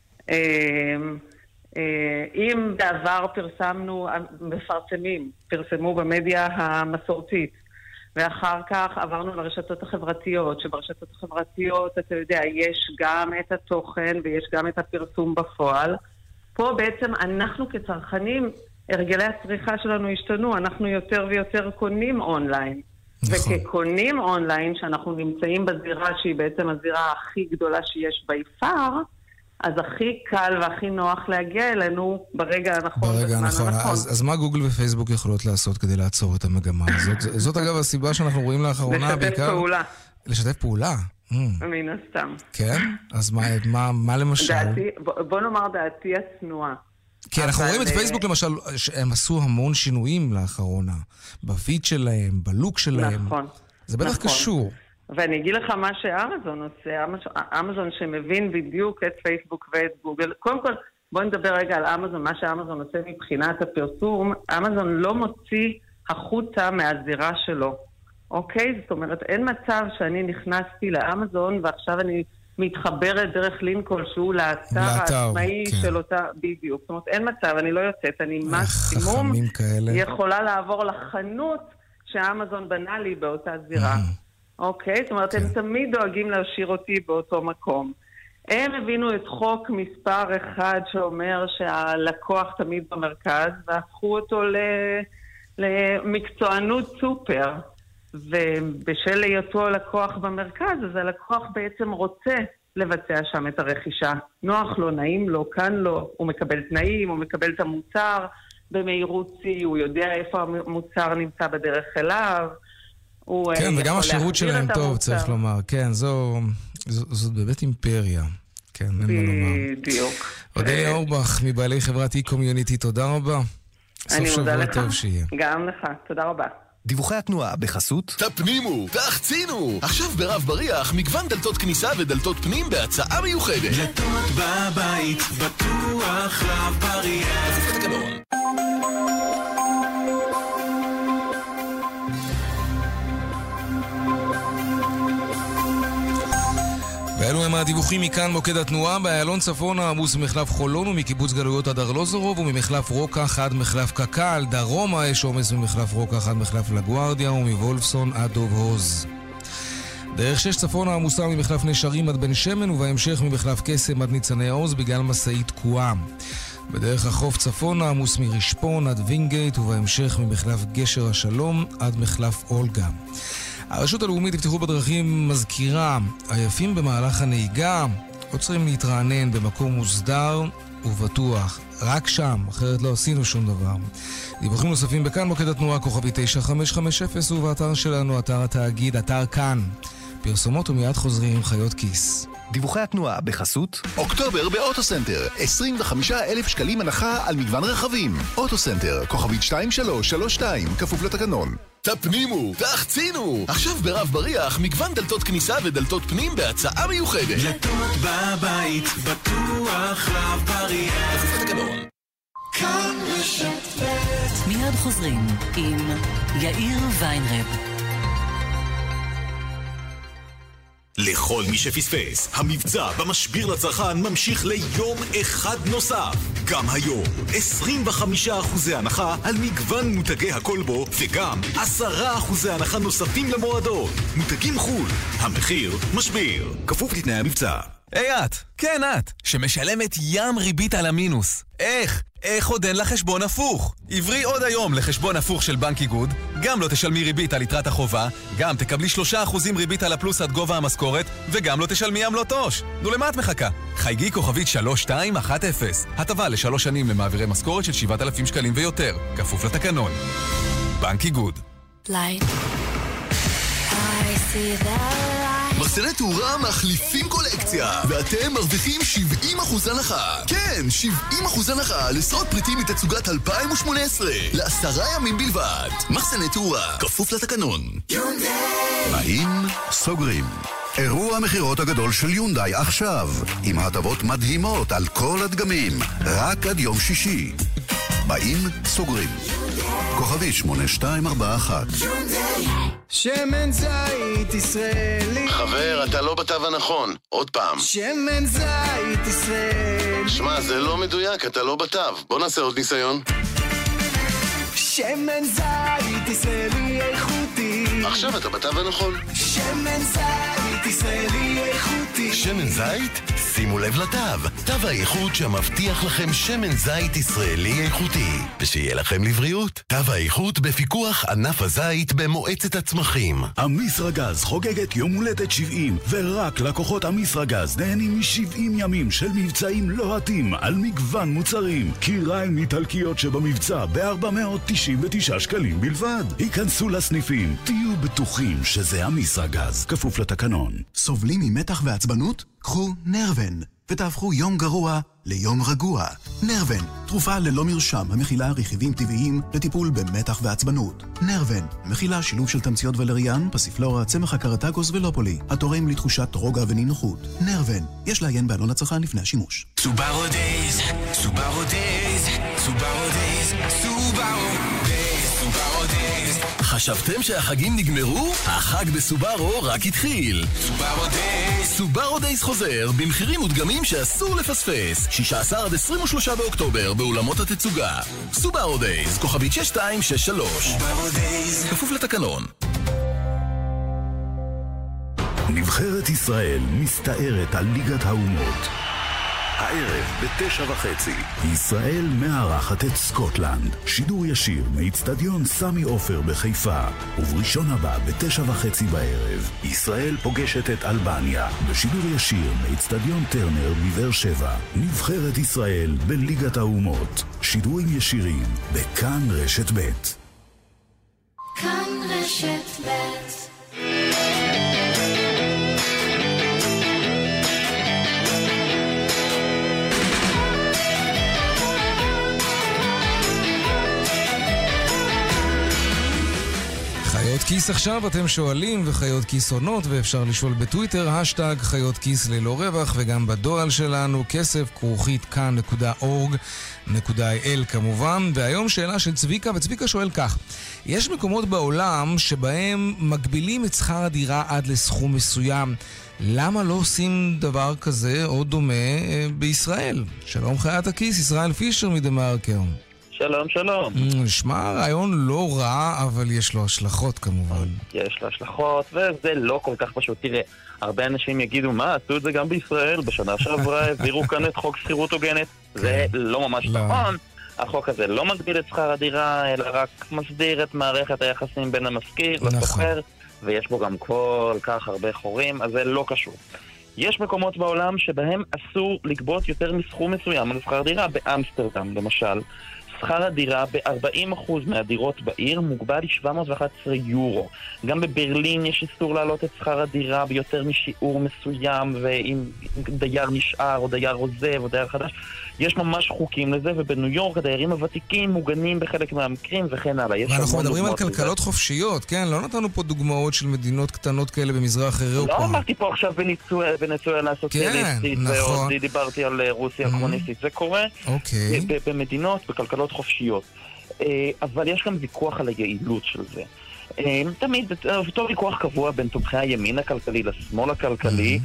אם בעבר פרסמנו, מפרסמים, פרסמו במדיה המסורתית, ואחר כך עברנו לרשתות החברתיות, שברשתות החברתיות, אתה יודע, יש גם את התוכן ויש גם את הפרסום בפועל. פה בעצם אנחנו כצרכנים, הרגלי הצריכה שלנו השתנו, אנחנו יותר ויותר קונים אונליין. נכון. וכקונים אונליין, שאנחנו נמצאים בזירה שהיא בעצם הזירה הכי גדולה שיש ביפר, אז הכי קל והכי נוח להגיע אלינו ברגע הנכון. ברגע הנכון. אז, אז מה גוגל ופייסבוק יכולות לעשות כדי לעצור את המגמה הזאת? זאת אגב הסיבה שאנחנו רואים לאחרונה בעיקר... לשתף פעולה. לשתף פעולה? מן הסתם. כן? אז מה, מה, מה למשל? דעתי, בוא נאמר דעתי הצנועה. כי אנחנו רואים את פייסבוק למשל, הם עשו המון שינויים לאחרונה. בפיד שלהם, בלוק שלהם. נכון. זה בטח קשור. ואני אגיד לך מה שאמזון עושה, אמזון שמבין בדיוק את פייסבוק ואת גוגל. קודם כל, בוא נדבר רגע על אמזון, מה שאמזון עושה מבחינת הפרסום. אמזון לא מוציא החוצה מהזירה שלו, אוקיי? זאת אומרת, אין מצב שאני נכנסתי לאמזון ועכשיו אני מתחברת דרך לינק כלשהו לאתר העצמאי כן. של אותה, בדיוק. זאת אומרת, אין מצב, אני לא יוצאת, אני מקסימום יכולה לעבור לחנות שאמזון בנה לי באותה זירה. אוקיי? זאת אומרת, הם תמיד דואגים להשאיר אותי באותו מקום. הם הבינו את חוק מספר אחד שאומר שהלקוח תמיד במרכז, והפכו אותו למקצוענות סופר. ובשל היותו הלקוח במרכז, אז הלקוח בעצם רוצה לבצע שם את הרכישה. נוח לו, נעים לו, כאן לו, הוא מקבל תנאים, הוא מקבל את המוצר במהירות צי, הוא יודע איפה המוצר נמצא בדרך אליו. כן, וגם השירות שלהם טוב, צריך לומר. כן, זאת באמת אימפריה. כן, אין מה לומר. בדיוק. אודליה אורבך, מבעלי חברת אי-קומיוניטי, תודה רבה. אני מודה לך. גם לך, תודה רבה. דיווחי התנועה בחסות תפנימו, תחצינו. עכשיו ברב בריח מגוון דלתות כניסה ודלתות פנים בהצעה מיוחדת. דלתות בבית, בטוח רב בריח. כפוף לתקנון. ואלו הם הדיווחים מכאן מוקד התנועה. באיילון צפונה עמוס ממחלף חולון ומקיבוץ גלויות עד ארלוזורוב וממחלף רוקח עד מחלף קק"ל. דרומה יש עומס ממחלף רוקח עד מחלף לגוארדיה ומוולפסון עד דוב הוז. דרך שש צפונה עמוסה ממחלף נשרים עד בן שמן ובהמשך ממחלף קסם עד ניצני העוז בגלל מסעית תקועה. בדרך החוף צפונה עמוס מרשפון עד וינגייט ובהמשך ממחלף גשר השלום עד מחלף אולגה. הרשות הלאומית יפתחו בדרכים מזכירה, עייפים במהלך הנהיגה עוצרים להתרענן במקום מוסדר ובטוח, רק שם, אחרת לא עשינו שום דבר. דיווחים נוספים בכאן מוקד התנועה כוכבי תשע חמש חמש אפס ובאתר שלנו, אתר התאגיד, אתר כאן. פרסומות ומיד חוזרים עם חיות כיס. דיווחי התנועה בחסות אוקטובר באוטוסנטר, עשרים וחמישה אלף שקלים הנחה על מגוון רכבים. אוטוסנטר, כוכבית שתיים שלוש שלוש שתיים, כפוף לתקנון. תפנימו, תחצינו! עכשיו ברב בריח מגוון דלתות כניסה ודלתות פנים בהצעה מיוחדת. דלתות בבית, בטוח רב בריח. כפוף לתקנון. כאן רשת ב'. מיד חוזרים עם יאיר ויינרב. לכל מי שפספס, המבצע במשביר לצרכן ממשיך ליום אחד נוסף. גם היום, עשרים וחמישה אחוזי הנחה על מגוון מותגי הקולבו, וגם עשרה אחוזי הנחה נוספים למועדות. מותגים חול, המחיר משביר. כפוף לתנאי המבצע. היי את, כן את, שמשלמת ים ריבית על המינוס. איך? איך עוד אין לחשבון הפוך? עברי עוד היום לחשבון הפוך של בנק איגוד, גם לא תשלמי ריבית על יתרת החובה, גם תקבלי שלושה אחוזים ריבית על הפלוס עד גובה המשכורת, וגם לא תשלמי עמלות עו"ש. נו, למה את מחכה? חייגי כוכבית שלוש שתיים אחת אפס. הטבה לשלוש שנים למעבירי משכורת של שבעת אלפים שקלים ויותר. כפוף לתקנון. בנק איגוד. Light. I see the מחסני תאורה מחליפים קולקציה, ואתם מרוויחים שבעים אחוז הנחה. כן, שבעים אחוז הנחה על עשרות פריטים מתצוגת אלפיים ושמונה עשרה לעשרה ימים בלבד. מחסני תאורה, כפוף לתקנון. יונדאי! באים, סוגרים. אירוע המחירות הגדול של יונדאי עכשיו, עם הטבות מדהימות על כל הדגמים, רק עד יום שישי. באים, סוגרים. כוכבי שמונה שתיים ארבע אחת. שמן זית ישראלי. חבר, אתה לא בתו הנכון. עוד פעם. שמן זית ישראלי. שמע, זה לא מדויק, אתה לא בתו. בוא נעשה עוד ניסיון. שמן זית ישראלי איכותי. עכשיו אתה בתו הנכון. שמן זית ישראלי איכותי. שמן זית? שימו לב לתו. תו האיכות שמבטיח לכם שמן זית ישראלי איכותי. ושיהיה לכם לבריאות. תו האיכות בפיקוח ענף הזית במועצת הצמחים. אמיסרגז חוגגת יום הולדת שבעים, ורק לקוחות אמיסרגז נהנים מ-שבעים ימים של מבצעים לוהטים על מגוון מוצרים. קיריים איטלקיות שבמבצע ב-ארבע מאות תשעים ותשעה שקלים בלבד. היכנסו לסניפים, תהיו בטוחים שזה אמיסרגז, כפוף לתקנון. סובלים ממתח ועצבנות? קחו נרוון, ותהפכו יום גרוע ליום רגוע. נרוון, תרופה ללא מרשם המכילה רכיבים טבעיים לטיפול במתח ועצבנות. נרוון, מכילה שילוב של תמציות ולריאן, פסיפלורה, צמח הקרטגוס ולופולי, התורם לתחושת רוגע ונינוחות. נרוון, יש לעיין בעלון הצרכן לפני השימוש. סובארו דייז, סובארו דייז, סובארו דייז, סובארו דייז, סובארו דייז. חשבתם שהחגים נגמרו? החג בסובארו רק התחיל. סובארו דייז. סובארו דייז חוזר במחירים ודגמים שאסור לפספס. שישה עשר עד עשרים ושלושה באוקטובר באולמות התצוגה. סובארו דייז, כוכבית שש שתיים שש שלוש. סובארו דייז. כפוף לתקנון. נבחרת ישראל מסתערת על ליגת האומות. הערב בתשע וחצי, ישראל מארחת את סקוטלנד. שידור ישיר מאצטדיון סמי עופר בחיפה. ובראשון הבא בתשע וחצי בערב, ישראל פוגשת את אלבניה. בשידור ישיר מאצטדיון טרנר בבאר שבע. נבחרת ישראל בליגת האומות. שידורים ישירים בכאן רשת ב'. כאן רשת ב'. חיות כיס כיס עכשיו אתם שואלים וחיות כיס עונות, ואפשר לשאול בטוויטר, השטג חיות כיס ללא רווח, וגם בדואל שלנו, כסף כרוכית כאן נקודה אורג נקודה איי אל כמובן. והיום שאלה של צביקה, וצביקה שואל כך: יש מקומות בעולם שבהם מגבילים את שכר הדירה עד לסכום מסוים. למה לא עושים דבר כזה או דומה בישראל? שלום חיית הכיס, ישראל פישר מדמרקר. שלום, שלום. נשמע רעיון לא רע, אבל יש לו השלכות כמובן. יש לו השלכות, וזה לא כל כך פשוט. תראה, הרבה אנשים יגידו, מה, עשו את זה גם בישראל, בשנה שעברה העבירו כאן את חוק שכירות הוגנת. זה לא ממש נכון. החוק הזה לא מגביל את שכר הדירה, אלא רק מסדיר את מערכת היחסים בין המשכיר לשוכר, ויש בו גם כל כך הרבה חורים, אז זה לא קשור. יש מקומות בעולם שבהם אסור לגבות יותר מסכום מסוים על שכר דירה. באמסטרדם, למשל, שכר הדירה ב-ארבעים אחוז מהדירות בעיר מוגבל ל-שבע מאות ואחת עשרה יורו. גם בברלין יש איסור להעלות את שכר הדירה ביותר משיעור מסוים, ואם דייר נשאר או דייר עוזב או דייר חדש, יש ממש חוקים לזה, ובניו יורק הדיירים הוותיקים מוגנים בחלק מהמקרים וכן הלאה. ואנחנו מדברים על כלכלות לזה. חופשיות, כן? לא נתנו פה דוגמאות של מדינות קטנות כאלה במזרח אירופה. לא אמרתי פה עכשיו ונצואלה סוציאליסטית, כן, נכון. ועוד דיברתי על רוסיה mm-hmm. קומוניסטית. זה קורה okay. במדינות, בכלכלות חופשיות. אבל יש גם ויכוח על היעילות של זה. תמיד, אותו ויכוח קבוע בין תומכי הימין הכלכלי לשמאל הכלכלי,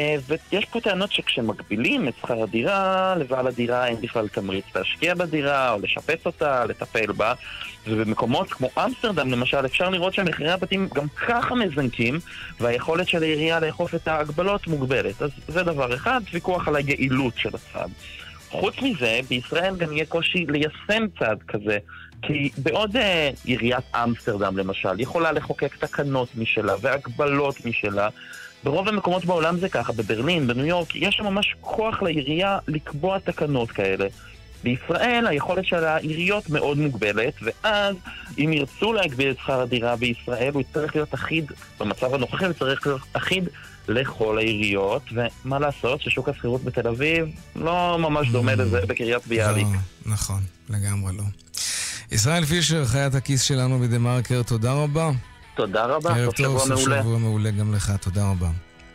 ויש פה טענות שכשמגבילים את שכר הדירה, לבעל הדירה אין בכלל תמריץ להשקיע בדירה או לשפץ אותה, לטפל בה, ובמקומות כמו אמסטרדם למשל אפשר לראות שמחירי הבתים גם ככה מזנקים, והיכולת של העירייה לאכוף את ההגבלות מוגבלת. אז זה דבר אחד, ויכוח על היעילות של הצעד. חוץ מזה, בישראל גם יהיה קושי ליישם צעד כזה, כי בעוד אה, עיריית אמסטרדם למשל יכולה לחוקק תקנות משלה והגבלות משלה, ברוב המקומות בעולם זה ככה, בברלין, בניו יורק, יש שם ממש כוח לעירייה לקבוע תקנות כאלה. בישראל היכולת של העיריות מאוד מוגבלת, ואז אם ירצו להגביל את שכר הדירה בישראל, הוא צריך להיות אחיד, במצב הנוכחי הוא צריך להיות אחיד לכל העיריות, ומה לעשות ששוק השכירות בתל אביב לא ממש דומה לזה בקריית ביאליק. נכון, לגמרי לא. ישראל פישר, חיית הכיס שלנו מדמרקר, תודה רבה. תודה רבה, סוף שבוע מעולה. סוף שבוע מעולה גם לך, תודה רבה.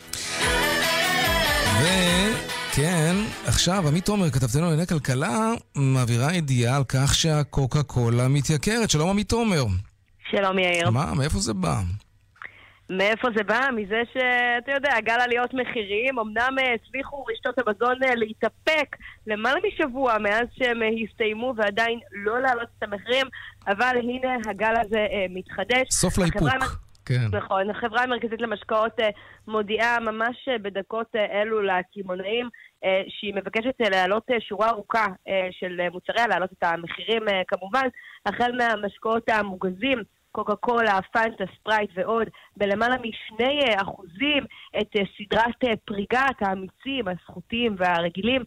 וכן, עכשיו, עמית תומר, כתבתנו לענייני כלכלה, מעבירה ידיעה על כך שהקוקה קולה מתייקרת. שלום עמית תומר. שלום יאיר. מה, מאיפה זה בא? מאיפה זה בא? מזה שאתה יודע, גל עליות מחירים, אמנם הצליחו רשתות המזון להתאפק למעלה משבוע מאז שהם הסתיימו ועדיין לא להעלות את המחירים, אבל הנה הגל הזה מתחדש. סוף לאיפוק. כן. נכון, החברה המרכזית למשקאות מודיעה ממש בדקות אלו לקמעונאים שהיא מבקשת להעלות שורה ארוכה של מוצריה, להעלות את המחירים כמובן, החל מהמשקאות המוגזים, קוקה קולה, פנטה, ספרייט ועוד, בלמעלה משני אחוזים, את סדרת פריגת, האמיצים, הזכותיים והרגילים,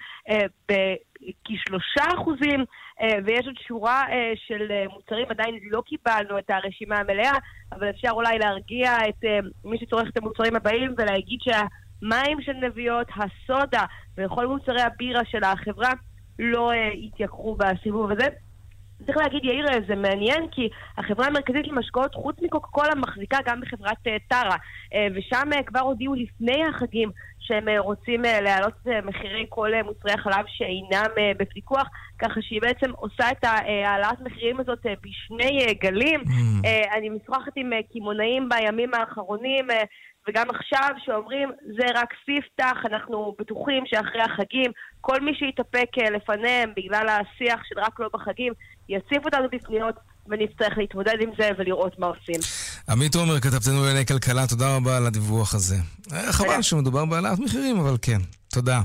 בכשלושה אחוזים, ויש עוד שורה של מוצרים, עדיין לא קיבלנו את הרשימה המלאה, אבל אפשר אולי להרגיע את מי שצורך את המוצרים הבאים, ולהגיד שהמים של נביאות, הסודה וכל מוצרי הבירה של החברה לא התייקרו בסיבוב הזה. צריך להגיד, יאיר, זה מעניין, כי החברה המרכזית למשקאות חוץ מקוקה קולה מחזיקה גם בחברת טרה, ושם כבר הודיעו לפני החגים שהם רוצים להעלות מחירי כל מוצרי החלב שאינם בפיקוח, ככה שהיא בעצם עושה את העלאת מחירים הזאת בשני גלים. Mm. אני משוחחת עם כימונאים בימים האחרונים, וגם עכשיו שאומרים, זה רק ספתח, אנחנו בטוחים שאחרי החגים, כל מי שיתאפק לפניהם בגלל השיח של רק לא בחגים, יציף אותנו בפניות, ונצטרך להתמודד עם זה ולראות מה עושים. עמית תומר, כתבתנו לענייני כלכלה, תודה רבה על הדיווח הזה. חבל שמדובר בהעלאת מחירים, אבל כן, תודה.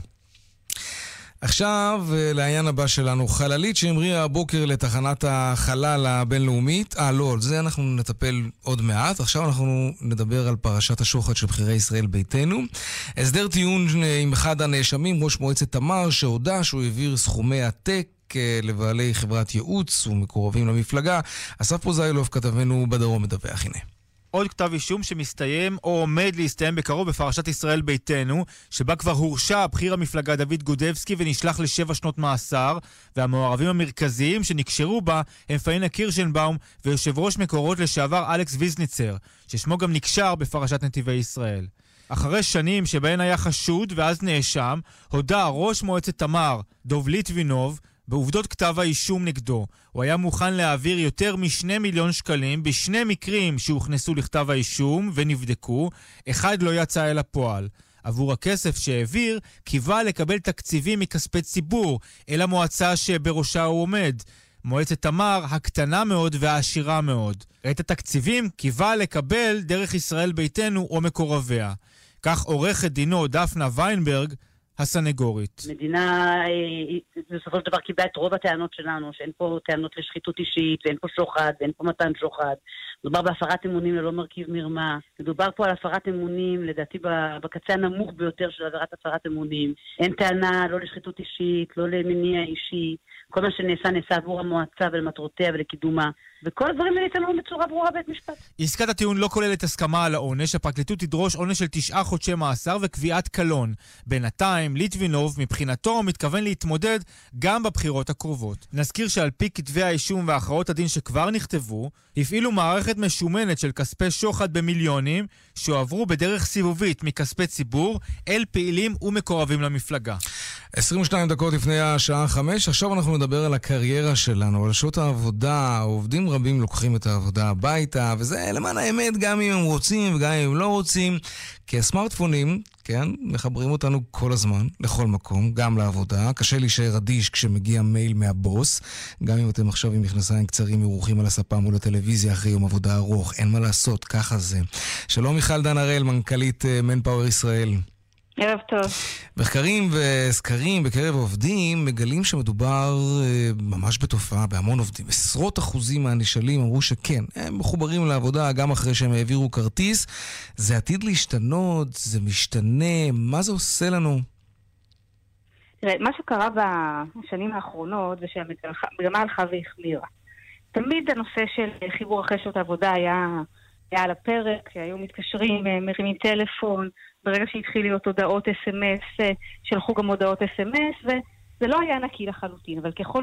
עכשיו לעניין הבא שלנו, חללית שהמריאה הבוקר לתחנת החלל הבינלאומית. אה, לא, זה אנחנו נטפל עוד מעט. עכשיו אנחנו נדבר על פרשת השוחד של בכירי ישראל ביתנו. הסדר טיעון עם אחד הנאשמים, ראש מועצת תמר, שהודע שהוא העביר סכומי עתק לבעלי חברת ייעוץ ומקורבים למפלגה. אסף פוזיילוב, כתבנו בדרום, מדווח, הנה. עוד כתב אישום שמסתיים או עומד להסתיים בקרוב בפרשת ישראל ביתנו, שבה כבר הורשע הבכיר המפלגה דוד גודבסקי ונשלח לשבע שנות מאסר, והמעורבים המרכזיים שנקשרו בה הם פאינה קירשנבאום ויושב ראש מקורות לשעבר אלכס ויזניצר, ששמו גם נקשר בפרשת נתיבי ישראל. אחרי שנים שבהן היה חשוד ואז נאשם, הודע ראש מועצת תמר, דוב ליטבינוב, בעובדות כתב האישום נגדו. הוא היה מוכן להעביר יותר משני מיליון שקלים בשני מקרים שהוכנסו לכתב האישום ונבדקו, אחד לא יצא אל הפועל. עבור הכסף שהעביר, קיווה לקבל תקציבים מכספי ציבור, אל המועצה שבראשה הוא עומד. מועצת תמר הקטנה מאוד והעשירה מאוד. את התקציבים קיווה לקבל דרך ישראל ביתנו או מקורביה. כך עורכת דינו דפנה ויינברג, הסנגורית. מדינה בסופו של דבר קיבלה את רוב הטענות שלנו, שאין פה טענות לשחיתות אישית, ואין פה שוחד, ואין פה מתן שוחד. מדובר בהפרת אמונים ללא מרכיב מרמה. מדובר פה על הפרת אמונים, לדעתי בקצה הנמוך ביותר של עבירת הפרת אמונים. אין טענה לא לשחיתות אישית, לא למניע אישי. כל מה שנעשה נעשה עבור המועצה ולמטרותיה ולקידומה. וכל הדברים האלה יתנו בצורה ברורה בית משפט. עסקת הטיעון לא כוללת הסכמה על העונש. הפרקליטות תדרוש עונש של תשעה חודשי מאסר וקביעת קלון. בינתיים, ליטבינוב מבחינתו מתכוון להתמודד גם בבחירות הקרובות. נזכיר שעל פי כתבי האישום והכרעות הדין שכבר נכתבו, הפעילו מערכת משומנת של כספי שוחד במיליונים שהועברו בדרך סיבובית מכספי ציבור אל פעילים ומקורבים למפלגה. עשרים ושתיים דקות לפני השעה חמש, עכשיו אנחנו נדבר על הקריירה שלנו, על שעות העבודה. עובדים רבים לוקחים את העבודה הביתה, וזה למען האמת גם אם הם רוצים וגם אם הם לא רוצים, כי הסמארטפונים, כן, מחברים אותנו כל הזמן, לכל מקום, גם לעבודה. קשה להישאר אדיש כשמגיע מייל מהבוס, גם אם אתם עכשיו עם מכנסיים קצרים מרוחים על הספה מול הטלוויזיה אחרי יום עבודה ארוך, אין מה לעשות, ככה זה. שלום מיכל דן הראל, מנכ"לית מנפאוור ישראל. ערב טוב. מחקרים וסקרים בקרב עובדים מגלים שמדובר ממש בתופעה, בהמון עובדים. עשרות אחוזים מהנשאלים אמרו שכן, הם מחוברים לעבודה גם אחרי שהם העבירו כרטיס. זה עתיד להשתנות, זה משתנה, מה זה עושה לנו? תראה, מה שקרה בשנים האחרונות זה שהמגמה הלכה והחמירה. תמיד הנושא של חיבור אחרי שעות העבודה היה, היה על הפרק, היו מתקשרים, מרימים טלפון, ברגע שהתחיל להיות הודעות אס אם אס, שלחו גם הודעות אס אם אס, וזה לא היה נקי לחלוטין, אבל ככל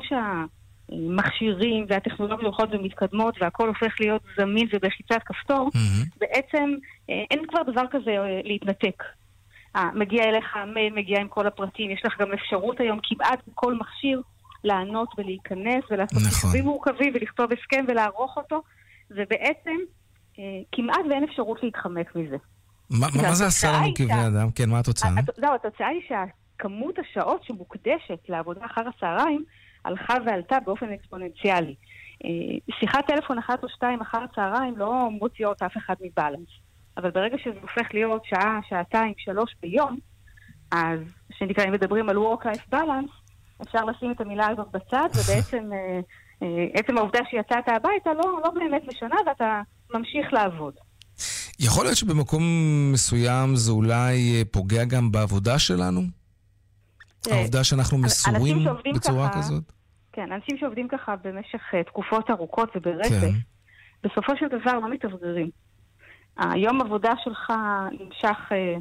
שהמכשירים והטכנולוגיות הולכות ומתקדמות, והכל הופך להיות זמין ובלחיצת כפתור, mm-hmm. בעצם אין כבר דבר כזה להתנתק. אה, מגיע אליך המייל, מגיע עם כל הפרטים, יש לך גם אפשרות היום כמעט בכל מכשיר לענות ולהיכנס ולעשות חישובים נכון. מורכבים ולכתוב הסכם ולערוך אותו, ובעצם אה, כמעט ואין אפשרות להתחמק מזה. מה, מה זה עשה לנו כבני אדם? כן, מה התוצאה? זהו, התוצאה היא שהכמות השעות שמוקדשת לעבודה אחר הצהריים הלכה ועלתה באופן אקספוננציאלי. שיחת טלפון אחת או שתיים אחר הצהריים לא מוציאות אף אחד מבלנס. אבל ברגע שזה הופך להיות שעה, שעתיים, שלוש ביום, אז שנקרא, אם מדברים על work-life balance, אפשר לשים את המילה הזאת בצד, ובעצם עצם העובדה שיצאת הביתה לא, לא באמת משנה, ואתה ממשיך לעבוד. יכול להיות שבמקום מסוים זה אולי פוגע גם בעבודה שלנו? העובדה שאנחנו מסורים בצורה כזאת? כן, אנשים שעובדים ככה במשך תקופות ארוכות וברצף, בסופו של דבר לא מתאווררים. היום עבודה שלך נמשך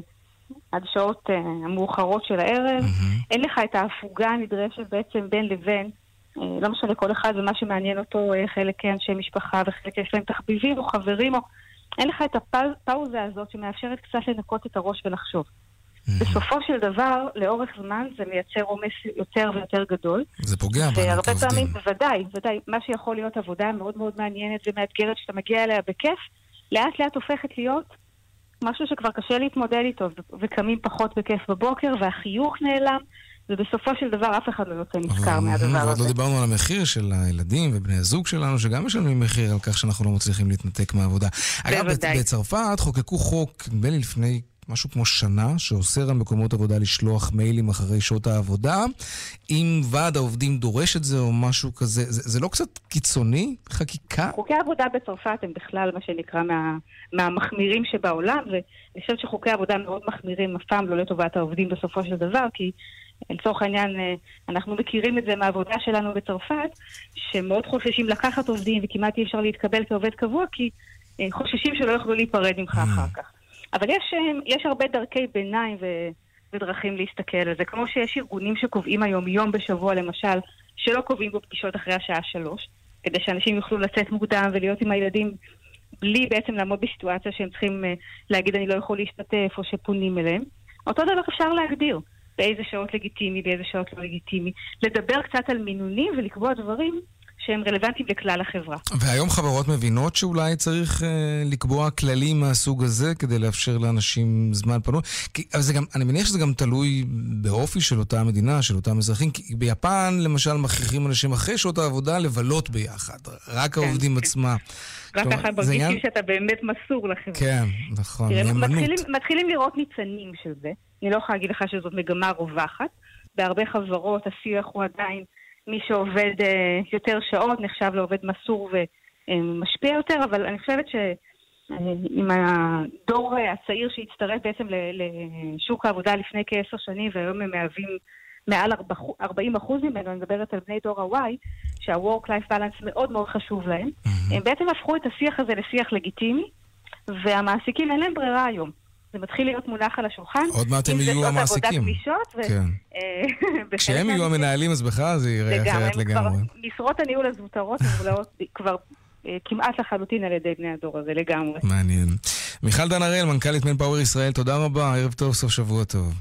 עד שעות המאוחרות של הערב, אין לך את ההפוגה הנדרשת בעצם בין לבין, לא משנה כל אחד ומה שמעניין אותו, חלק אנשי משפחה וחלק יש להם תחביבים או חברים או... אין לך את הפאוזה הזאת שמאפשרת קצת לנקות את הראש ולחשוב. בסופו של דבר, לאורך זמן, זה מייצר עומס יותר ויותר גדול. זה פוגע בנו כעובדים. והרבה פעמים, בוודאי, בוודאי, מה שיכול להיות עבודה מאוד מאוד מעניינת ומאתגרת שאתה מגיע אליה בכיף, לאט לאט הופכת להיות משהו שכבר קשה להתמודד איתו, וקמים פחות בכיף בבוקר, והחיוך נעלם, ובסופו של דבר אף אחד לא יוצא נזכר מהדבר הזה. ועוד לא דיברנו על המחיר של הילדים ובני הזוג שלנו, שגם משלמים מחיר על כך שאנחנו לא מצליחים להתנתק מהעבודה. אגב, בצרפת חוקקו חוק, נדמה לי לפני משהו כמו שנה, שאוסר על מקומות עבודה לשלוח מיילים אחרי שעות העבודה. אם ועד העובדים דורש את זה או משהו כזה, זה, זה לא קצת קיצוני? חקיקה? חוקי העבודה בצרפת הם בכלל מה שנקרא מה, מהמחמירים שבעולם, ואני חושבת שחוקי העבודה מאוד מחמירים, אף פעם לא לטובת העובדים בסופו של דבר, כי לצורך העניין, אנחנו מכירים את זה מהעבודה שלנו בצרפת, שמאוד חוששים לקחת עובדים וכמעט אי אפשר להתקבל כעובד קבוע, כי חוששים שלא יוכלו להיפרד ממך אחר כך. אבל יש, יש הרבה דרכי ביניים ו, ודרכים להסתכל על זה. כמו שיש ארגונים שקובעים היום יום בשבוע, למשל, שלא קובעים בו פגישות אחרי השעה שלוש, כדי שאנשים יוכלו לצאת מוקדם ולהיות עם הילדים בלי בעצם לעמוד בסיטואציה שהם צריכים להגיד אני לא יכול להשתתף או שפונים אליהם. אותו דבר אפשר להגדיר באיזה שעות לגיטימי, באיזה שעות לא לגיטימי. לדבר קצת על מינונים ולקבוע דברים שהם רלוונטיים לכלל החברה. והיום חברות מבינות שאולי צריך אה, לקבוע כללים מהסוג הזה כדי לאפשר לאנשים זמן פנוי. כי, אבל זה גם, אני מניח שזה גם תלוי באופי של אותה מדינה, של אותם אזרחים. כי ביפן למשל מכריחים אנשים אחרי שעות העבודה לבלות ביחד. רק כן, העובדים כן. עצמה. רק ככה מרגישים עניין... שאתה באמת מסור לחברה. כן, נכון, נאמנות. מתחילים, מתחילים לראות ניצנים של זה. אני לא יכולה להגיד לך שזאת מגמה רווחת. בהרבה חברות השיח הוא עדיין מי שעובד יותר שעות נחשב לעובד מסור ומשפיע יותר, אבל אני חושבת שעם הדור הצעיר שהצטרף בעצם לשוק העבודה לפני כעשר שנים, והיום הם מהווים מעל ארבעים אחוז ממנו, אני מדברת על בני דור ה-Y, שה-work-life balance מאוד מאוד חשוב להם. הם בעצם הפכו את השיח הזה לשיח לגיטימי, והמעסיקים אין להם ברירה היום. זה מתחיל להיות מונח על השולחן. עוד מעט הם יהיו המעסיקים. כן. כשהם יהיו המנהלים, אז בכלל זה יראה אחרת לגמרי. משרות הניהול הזוטרות מובלעות כבר כמעט לחלוטין על ידי בני הדור הזה, לגמרי. מעניין. מיכל דן הראל, מנכ"לית מנפאוור ישראל, תודה רבה, ערב טוב, סוף שבוע טוב.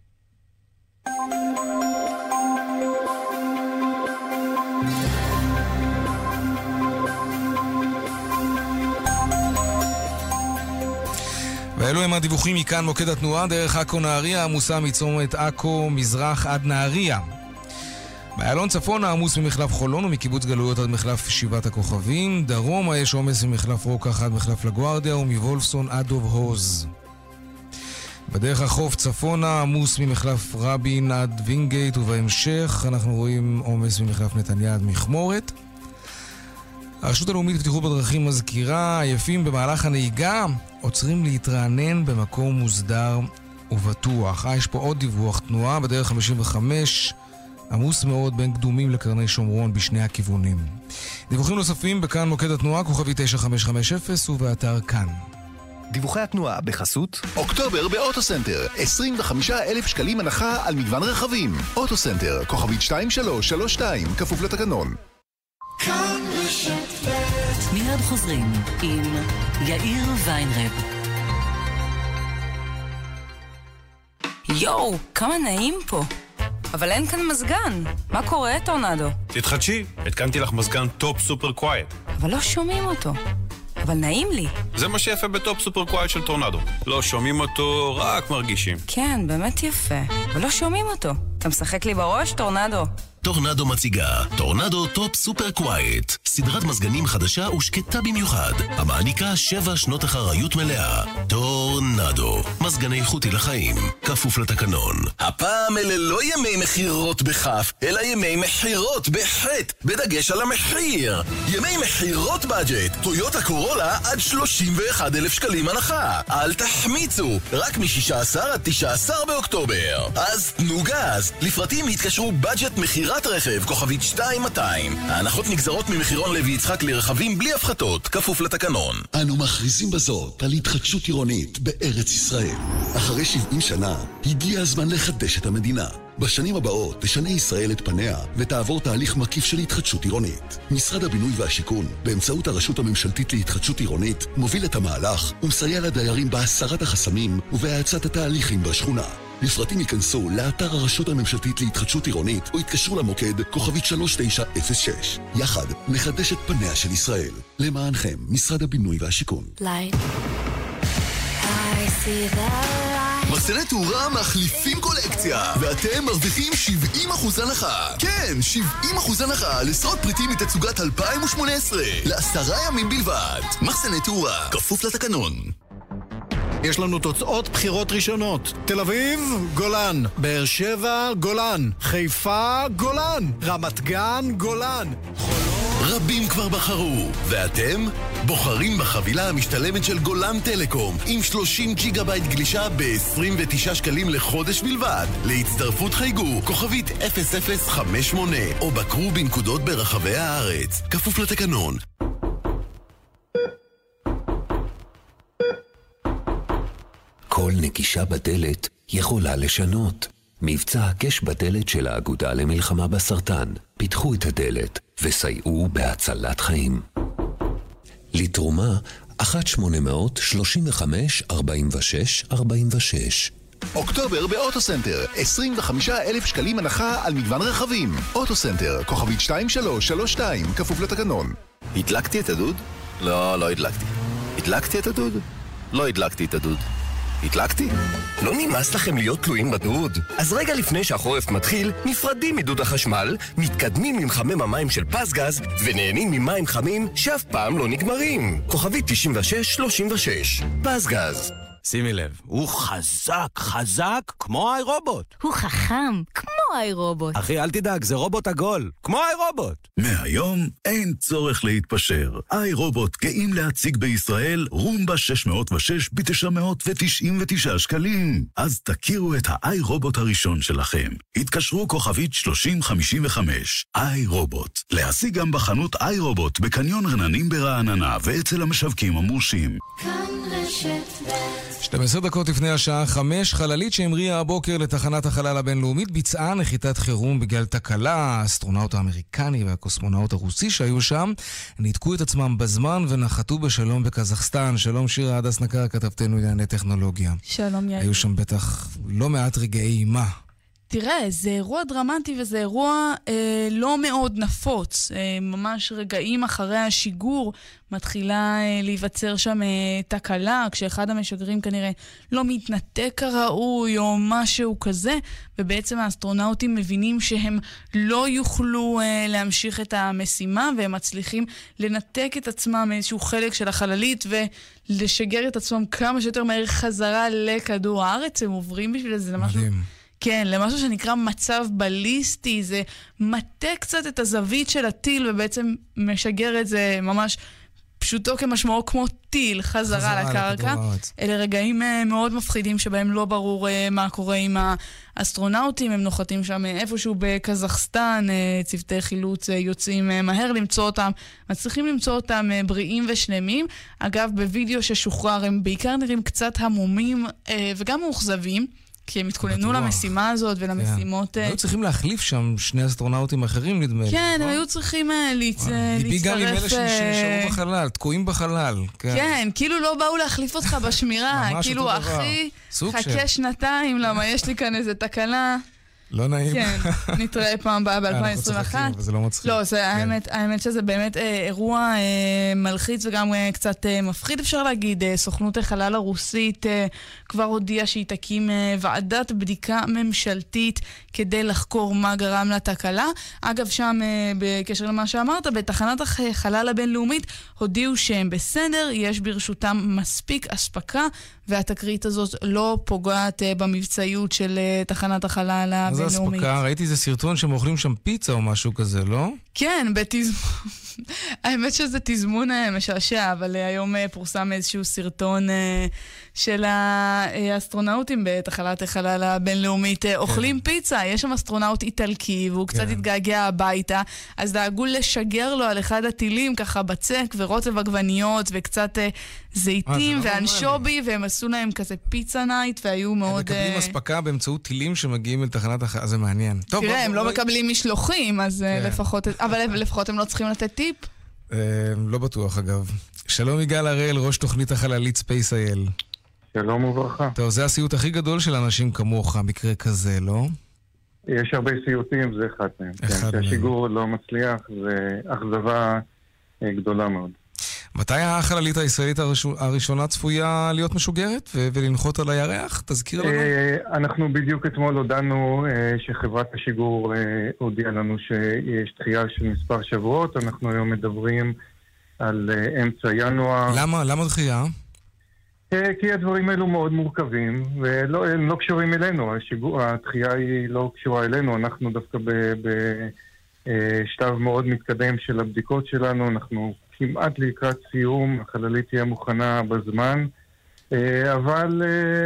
ואלו הם הדיווחים מכאן מוקד התנועה, דרך עכו נהריה עמוסה מצומת עכו מזרח עד נהריה. באיילון צפון העמוס ממחלף חולון ומקיבוץ גלויות עד מחלף שבעת הכוכבים. דרומה יש עומס ממחלף רוקח עד מחלף לגוארדיה ומוולפסון עד דוב הוז. בדרך החוף צפונה עמוס ממחלף רבין עד וינגייט, ובהמשך אנחנו רואים עומס ממחלף נתניה עד מכמורת. הרשות הלאומית לבטיחות בדרכים מזכירה, עייפים במהלך הנהיגה עוצרים להתרענן במקום מוסדר ובטוח. אה, יש פה עוד דיווח תנועה בדרך חמישים וחמש, עמוס מאוד בין קדומים לקרני שומרון בשני הכיוונים. דיווחים נוספים בכאן מוקד התנועה, כוכבי תשע חמש חמש אפס ובאתר כאן. דיווחי התנועה בחסות אוקטובר באוטוסנטר, עשרים וחמישה אלף שקלים הנחה על מגוון רכבים. אוטוסנטר, כוכבית שתיים שלוש שלוש שתיים, כפוף לתקנון. כאן רשת ב' מיד חוזרים עם יאיר ויינרב. יואו, כמה נעים פה. אבל אין כאן מזגן. מה קורה, טורנדו? תתחדשי, התקנתי לך מזגן טופ סופר קווייט. אבל לא שומעים אותו. אבל נעים לי. זה מה שיפה בטופ סופר קווייט של טורנדו. לא שומעים אותו, רק מרגישים. כן, באמת יפה. אבל לא שומעים אותו. אתה משחק לי בראש, טורנדו? טורנדו מציגה טורנדו טופ סופר קווייט, סדרת מזגנים חדשה ושקטה במיוחד, המעניקה שבע שנות אחריות מלאה. טורנדו, מזגני איכותי לחיים, כפוף לתקנון. הפעם אלה לא ימי מחירות בכף, אלא ימי מחירות בחטא, בדגש על המחיר. ימי מחירות בדג'ט, טויוטה קורולה עד שלושים ואחד אלף שקלים הנחה. אל תחמיצו, רק מ-שישה עשר עד תשעה עשר באוקטובר. אז תנו גז, לפרטים התקשרו בדג'ט מחיר רכירת רכב, כוכבית שתיים מאתיים. ההנחות נגזרות ממחירון לוי יצחק לרכבים בלי הפחתות, כפוף לתקנון. אנו מכריזים בזאת על התחדשות עירונית בארץ ישראל. אחרי שבעים שנה, הגיע הזמן לחדש את המדינה. בשנים הבאות תשנה ישראל את פניה ותעבור תהליך מקיף של התחדשות עירונית. משרד הבינוי והשיכון, באמצעות הרשות הממשלתית להתחדשות עירונית, מוביל את המהלך ומסייע לדיירים בהסרת החסמים ובהאצת התהליכים בשכונה. לפרטים ייכנסו לאתר הרשות הממשלתית להתחדשות עירונית או יתקשרו למוקד כוכבית שלוש תשע אפס שש. יחד נחדש את פניה של ישראל. למענכם, משרד הבינוי והשיכון. Light. I see the light. מחסני תאורה מחליפים קולקציה, ואתם מרוויחים שבעים אחוז הנחה. כן, שבעים אחוז הנחה לעשרות פריטים מתצוגת אלפיים ושמונה עשרה, לעשרה ימים בלבד. מחסני תאורה, כפוף לתקנון. יש לנו תוצאות בחירות ראשונות. תל אביב, גולן. באר שבע, גולן. חיפה, גולן. רמת גן, גולן. רבים כבר בחרו, ואתם בוחרים בחבילה המשתלמת של גולן טלקום עם שלושים ג'יגה בייט גלישה ב-עשרים ותשעה שקלים לחודש בלבד. להצטרפות חייגו כוכבית אפס אפס חמש שמונה או בקרו בנקודות ברחבי הארץ, כפוף לתקנון. כל נקישה בדלת יכולה לשנות. מבצע הקש בדלת של האגודה למלחמה בסרטן. פיתחו את הדלת וסייעו בהצלת חיים. לתרומה אחת שמונה אפס אפס שלושים וחמש ארבעים ושש ארבעים ושש. אוקטובר באוטוסנטר, עשרים וחמישה אלף שקלים הנחה על מגוון רכבים. אוטוסנטר, כוכבית שתיים שלוש שלוש שתיים, כפוף לתקנון. הדלקתי את הדוד? לא, לא הדלקתי. הדלקתי את הדוד? לא הדלקתי את הדוד. הדלקתי? לא נמאס לכם להיות תלויים בדוד? אז רגע לפני שהחורף מתחיל, נפרדים מדוד החשמל, מתקדמים למחמם המים של פסגז, ונהנים ממים חמים שאף פעם לא נגמרים. כוכבית תשעים ושש שלושים ושש. פסגז. שימי לב, הוא חזק, חזק כמו איי-רובוט. הוא חכם, כמו איי-רובוט. אחי, אל תדאג, זה רובוט עגול, כמו איי-רובוט. מהיום אין צורך להתפשר. איי-רובוט גאים להציג בישראל רומבה שש מאות ושש ב-תשע מאות תשעים ותשעה שקלים. אז תכירו את האיי-רובוט הראשון שלכם. התקשרו כוכבית שלושים חמישים וחמש. איי-רובוט. להשיג גם בחנות איי-רובוט בקניון רננים ברעננה ואצל המשווקים המורשים. כאן רשת ב' שתים עשרה דקות לפני השעה חמש, חללית שהמריאה הבוקר לתחנת החלל הבינלאומית ביצעה נחיתת חירום בגלל תקלה. האסטרונאוט האמריקני והקוסמונאוט הרוסי שהיו שם ניתקו את עצמם בזמן ונחתו בשלום בקזחסטן. שלום שירה הדס נקר, כתבתנו לענייני טכנולוגיה. שלום יאיר. היו שם בטח לא מעט רגעי אימה. תראה, זה אירוע דרמטי וזה אירוע אה, לא מאוד נפוץ. אה, ממש רגעים אחרי השיגור מתחילה אה, להיווצר שם אה, תקלה, כשאחד המשגרים כנראה לא מתנתק כראוי או משהו כזה, ובעצם האסטרונאוטים מבינים שהם לא יוכלו אה, להמשיך את המשימה, והם מצליחים לנתק את עצמם מאיזשהו חלק של החללית ולשגר את עצמם כמה שיותר מהר חזרה לכדור הארץ. הם עוברים בשביל זה למשהו... מדהים. כן, למשהו שנקרא מצב בליסטי, זה מטה קצת את הזווית של הטיל ובעצם משגר את זה ממש פשוטו כמשמעו כמו טיל חזרה לקרקע. אלה רגעים מאוד מפחידים שבהם לא ברור מה קורה עם האסטרונאוטים, הם נוחתים שם איפשהו בקזחסטן, צוותי חילוץ יוצאים מהר למצוא אותם, מצליחים למצוא אותם בריאים ושלמים. אגב, בווידאו ששוחרר הם בעיקר נראים קצת המומים וגם מאוכזבים, כי הם התכוננו למשימה הזאת ולמשימות... היו צריכים להחליף שם שני אסטרונאוטים אחרים, נדמה לי. כן, הם היו צריכים להצטרף... ליבי גם עם אלה שנשארו בחלל, תקועים בחלל. כן, כאילו לא באו להחליף אותך בשמירה. כאילו, אחי, חכה שנתיים, למה יש לי כאן איזה תקלה... לא נעים. כן, נתראה פעם הבאה ב-אלפיים עשרים ואחת. אבל זה לא מצחיק. לא, זה האמת, האמת שזה באמת אירוע מלחיץ וגם קצת מפחיד, אפשר להגיד. סוכנות החלל הרוסית כבר הודיעה שהיא תקים ועדת בדיקה ממשלתית כדי לחקור מה גרם לתקלה. אגב, שם, בקשר למה שאמרת, בתחנת החלל הבינלאומית הודיעו שהם בסדר, יש ברשותם מספיק אספקה, והתקרית הזאת לא פוגעת במבצעיות של תחנת החלל הבינלאומית. מה זה אספקה? ראיתי איזה סרטון שהם אוכלים שם פיצה או משהו כזה, לא? כן, בתזמון. האמת שזה תזמון משעשע, אבל היום פורסם איזשהו סרטון של האסטרונאוטים בתחנת החלל הבינלאומית אוכלים פיצה. יש שם אסטרונאוט איטלקי והוא קצת התגעגע הביתה, אז דאגו לשגר לו על אחד הטילים ככה בצק ורוטב עגבניות וקצת זיתים ואנשובי, והם עשו להם כזה פיצה נייט והיו מאוד... הם מקבלים אספקה באמצעות טילים שמגיעים לתחנת החלל, זה מעניין. תראה, הם לא מקבלים משלוחים, אז לפחות... אבל לפחות הם לא צריכים לתת טיפ? לא בטוח אגב. שלום יגאל הראל, ראש תוכנית החללית ספייס איי אל. שלום וברכה. טוב, זה הסיוט הכי גדול של אנשים כמוך, מקרה כזה, לא? יש הרבה סיוטים, זה אחד מהם. אחד מהם. שהשיגור לא מצליח, זה אכזבה גדולה מאוד. מתי החללית הישראלית הראשונה צפויה להיות משוגרת ולנחות על הירח? תזכיר לנו. אנחנו בדיוק אתמול הודענו שחברת השיגור הודיעה לנו שיש דחייה של מספר שבועות. אנחנו היום מדברים על אמצע ינואר. למה? למה דחייה? כי הדברים האלו מאוד מורכבים, והם לא קשורים אלינו. הדחייה היא לא קשורה אלינו. אנחנו דווקא בשלב מאוד מתקדם של הבדיקות שלנו. אנחנו כמעט לקראת סיום, החללית תהיה מוכנה בזמן, אבל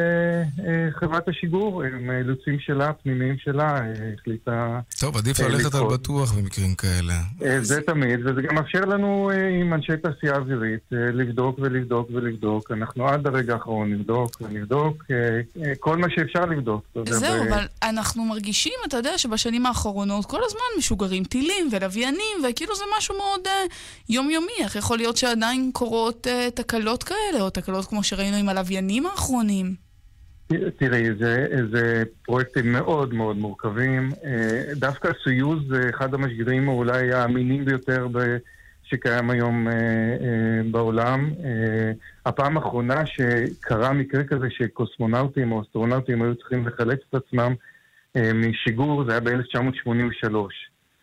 חברת השיגור, עם האילוצים שלה, הפנימיים שלה, החליטה... טוב, עדיף ללכת על בטוח במקרים כאלה. זה תמיד, וזה גם מאפשר לנו עם אנשי תעשייה אווירית לבדוק ולבדוק ולבדוק. אנחנו עד הרגע האחרון נבדוק ונבדוק כל מה שאפשר לבדוק. זהו, אבל אנחנו מרגישים, אתה יודע, שבשנים האחרונות כל הזמן משוגרים טילים ולוויינים, וכאילו זה משהו מאוד יומיומי. איך יכול להיות שעדיין קורות תקלות כאלה, או תקלות כמו שראינו עם הלוויינים האחרונים? תראי, זה, זה פרויקטים מאוד מאוד מורכבים. דווקא סויוז זה אחד המשגרים אולי האמינים ביותר שקיים היום בעולם. הפעם האחרונה שקרה מקרה כזה שקוסמונאוטים או אסטרונאוטים היו צריכים לחלץ את עצמם משיגור, זה היה ב-אלף תשע מאות שמונים ושלוש.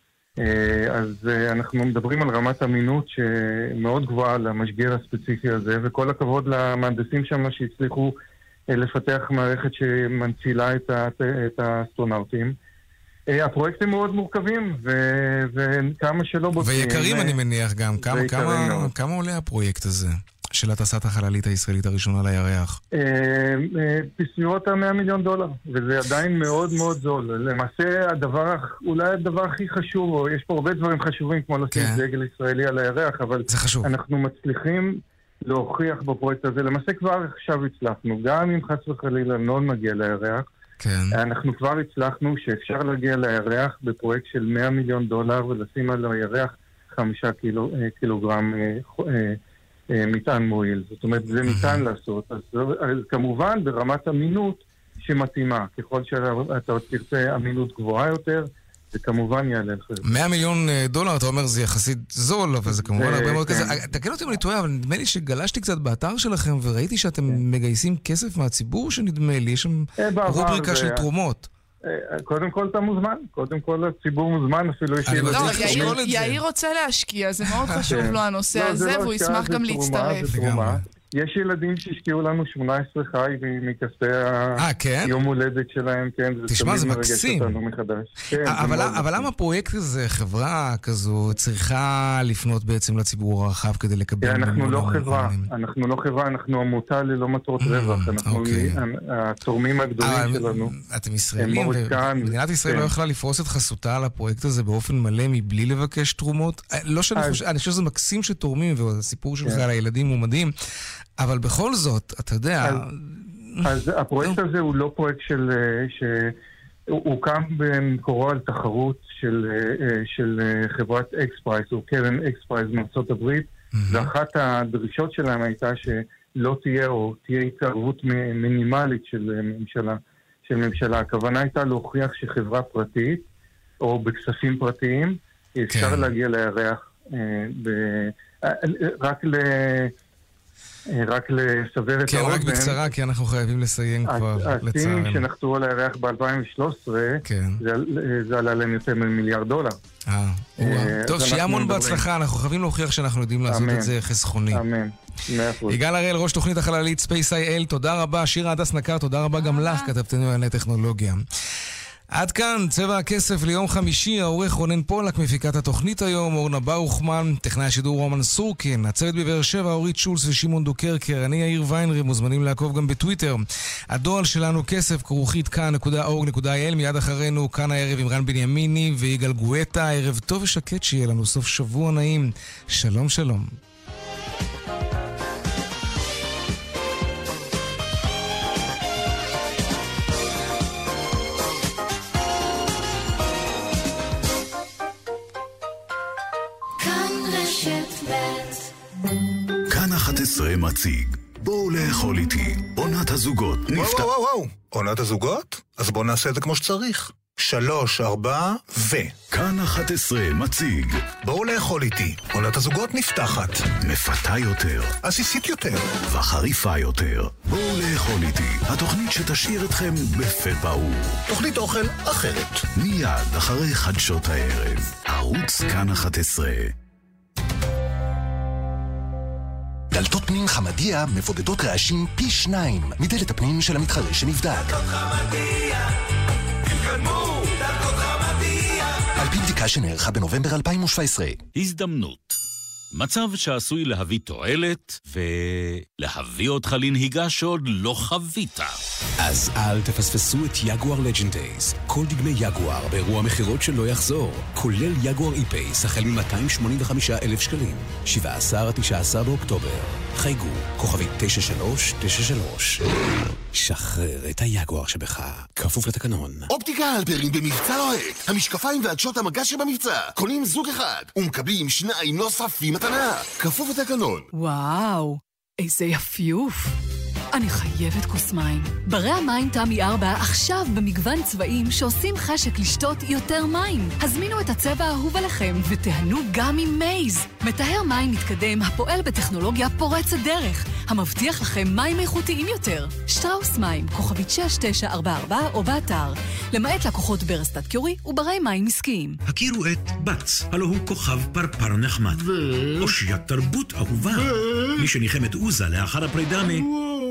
אז אנחנו מדברים על רמת אמינות שמאוד גבוהה למשגר הספציפי הזה, וכל הכבוד למהנדסים שם שהצליחו לפתח מערכת שמנצילה את האסטרונאוטים. הפרויקטים מאוד מורכבים, וכמה שלא בודקים... ויקרים אני מניח גם. כמה עולה הפרויקט הזה של הטסת החללית הישראלית הראשונה לירח? בסביבות ה-מאה מיליון דולר, וזה עדיין מאוד מאוד זול. למעשה, הדבר, אולי הדבר הכי חשוב, יש פה הרבה דברים חשובים, כמו לשים דגל ישראלי על הירח, אבל אנחנו מצליחים להוכיח בפרויקט הזה. למעשה כבר עכשיו הצלחנו, גם אם חס וחלילה לא נגיע לירח, אנחנו כבר הצלחנו שאפשר להגיע לירח בפרויקט של מאה מיליון דולר, ולשים על הירח חמישה קילוגרם מטען מועיל. זאת אומרת, זה ניתן לעשות. אז, אז כמובן ברמת אמינות שמתאימה. ככל שאתה תרצה אמינות גבוהה יותר, זה כמובן יעלה לך. מאה מיליון דולר, אתה אומר, זה יחסית זול, אבל זה כמובן הרבה מאוד כזה. תקן אותי אם אני טועה, אבל נדמה לי שגלשתי קצת באתר שלכם, וראיתי שאתם מגייסים כסף מהציבור, שנדמה לי, יש שם רובריקה של תרומות. קודם כל אתה מוזמן, קודם כל הציבור מוזמן, אפילו יש ילדים. יאיר רוצה להשקיע, זה מאוד חשוב לו הנושא הזה, והוא ישמח גם להצטרף. יש ילדים שהשקיעו לנו שמונה עשרה חי מכספי היום הולדת שלהם, כן, תשמע, זה מקסים. אבל למה הפרויקט הזה, חברה כזו, צריכה לפנות בעצם לציבור הרחב כדי לקבל... אנחנו לא חברה, אנחנו לא חברה, אנחנו עמותה ללא מטרות רווח, אנחנו התורמים הגדולים שלנו. אתם ישראלים, ומדינת ישראל לא יכלה לפרוס את חסותה על הפרויקט הזה באופן מלא מבלי לבקש תרומות? לא שאני חושב, אני חושב שזה מקסים שתורמים, והסיפור שלך על הילדים הוא מדהים, אבל בכל זאת, אתה יודע... אז, אז הפרויקט הזה הוא לא פרויקט של... ש... הוא, הוא קם במקורו על תחרות של, של חברת אקספרייס, או קרן אקספרייס מארצות הברית, mm-hmm. ואחת הדרישות שלהם הייתה שלא תהיה, או תהיה התערבות מינימלית של ממשלה. של ממשלה. הכוונה הייתה להוכיח שחברה פרטית, או בכספים פרטיים, אפשר כן. להגיע לירח. ב... רק ל... רק לסבר את האוזן. כן, רק בקצרה, כי אנחנו חייבים לסיים כבר, לצערנו. הסינים שנחתו על הירח ב-אלפיים ושלוש עשרה, זה עלה להם יותר ממיליארד דולר. טוב, שיהיה המון בהצלחה, אנחנו חייבים להוכיח שאנחנו יודעים לעשות את זה חסכוני. אמן. יגאל הראל, ראש תוכנית החללית ספייס איי אל, תודה רבה. שירה הדס נקר, תודה רבה גם לך, כתבתנו לענייני טכנולוגיה. עד כאן צבע הכסף ליום חמישי, העורך רונן פולק, מפיקת התוכנית היום, אורנה ברוכמן, טכנאי השידור רומן סורקין, הצוות בבאר שבע, אורית שולס ושמעון דוקרקר, אני יאיר ויינרב, מוזמנים לעקוב גם בטוויטר. הדואל שלנו כסף כרוכית כאן נקודה אורג נקודה איי אל, מיד אחרינו כאן הערב עם רן בנימיני ויגאל גואטה, ערב טוב ושקט, שיהיה לנו סוף שבוע נעים. שלום שלום. כאן אחת עשרה מציג בואו לאכול איתי, עונת הזוגות נפתח... וואו וואו וואו, עונת הזוגות? אז בואו נעשה את זה כמו שצריך. שלוש, ארבע, ו... כאן אחת עשרה מציג בואו לאכול איתי, עונת הזוגות נפתחת. מפתה יותר, עסיסית יותר, וחריפה יותר. בואו לאכול איתי, התוכנית שתשאיר אתכם בפה פעור. תוכנית אוכל אחרת. מיד אחרי חדשות הערב, ערוץ כאן אחת עשרה. דלתות פנים חמדיה מבודדות רעשים פי שניים מדלת הפנים של המתחרה שנבדק. דלתות חמדיה, תתקדמו, דלתות חמדיה. על פי בדיקה שנערכה בנובמבר אלפיים ושבע עשרה. הזדמנות. מצב שעשוי להביא תועלת ולהביא אותך לנהיגה שעוד לא חווית. אז אל תפספסו את יגואר לג'נד דייז. כל דגמי יגואר באירוע מחירות שלא יחזור, כולל יגואר אי-פייס החל מ-מאתיים שמונים וחמישה אלף שקלים. שבעה עשר עד תשעה עשר באוקטובר. חייגו, כוכבי תשע שלוש תשע שלוש. שחרר את היגואר שבך, כפוף לתקנון. אופטיקה הלפרין במבצע לוהט. המשקפיים ועדשות המגע שבמבצע. קונים זוג אחד ומקבלים שניים נוספים מתנה. כפוף לתקנון. וואו, איזה יפיוף. אני חייבת כוס מים. ברי המים תמי ארבע עכשיו במגוון צבעים שעושים חשק לשתות יותר מים. הזמינו את הצבע האהוב עליכם ותהנו גם עם מייז. מטהר מים מתקדם הפועל בטכנולוגיה פורצת דרך, המבטיח לכם מים איכותיים יותר. שטראוס מים, כוכבית שש תשע ארבע ארבע או באתר. למעט לקוחות ברסטת קיורי וברי מים עסקיים. הכירו את בץ, הלא הוא כוכב פרפר נחמד. ו... אושיית תרבות אהובה. ו... מי שניחם את עוזה לאחר הפרידה מ...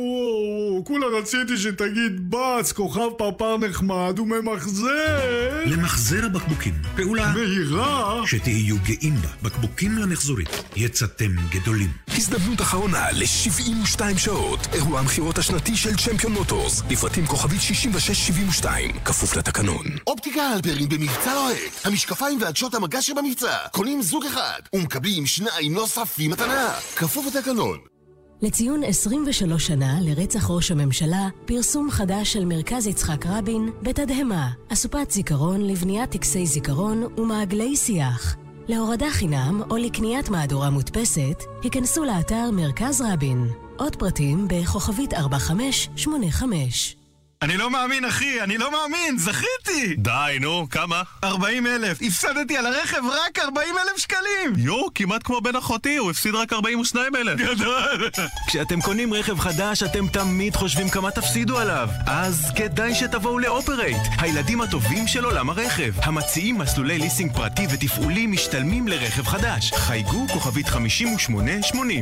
כולה רציתי שתגיד בץ, כוכב פרפר נחמד וממחזר. למחזר הבקבוקים. פעולה מהירה שתהיו גאים בה. בקבוקים למחזורית. יצאתם גדולים. הזדמנות אחרונה ל-שבעים ושתיים שעות. אירוע המחירות השנתי של צ'מפיון מוטורס. לפרטים כוכבית שישים ושש שבעים ושתיים. כפוף לתקנון. אופטיקה הלפרין במבצע לוהט. המשקפיים ועדשות המגע שבמבצע. קונים זוג אחד ומקבלים שניים נוספים מתנה. כפוף לתקנון. לציון עשרים ושלוש שנה לרצח ראש הממשלה, פרסום חדש של מרכז יצחק רבין בתדהמה, אסופת זיכרון לבניית טקסי זיכרון ומעגלי שיח. להורדה חינם או לקניית מהדורה מודפסת, היכנסו לאתר מרכז רבין. עוד פרטים בכוכבית ארבע חמש שמונה חמש. אני לא מאמין, אחי, אני לא מאמין, זכיתי! די, נו, כמה? ארבעים אלף, הפסדתי על הרכב רק ארבעים אלף שקלים! יו, כמעט כמו בן אחותי, הוא הפסיד רק ארבעים ושניים אלף. גדול! כשאתם קונים רכב חדש, אתם תמיד חושבים כמה תפסידו עליו. אז כדאי שתבואו לאופרייט, הילדים הטובים של עולם הרכב. המציעים מסלולי ליסינג פרטי ותפעולי משתלמים לרכב חדש. חייגו כוכבית חמישים ושמונה שמונים.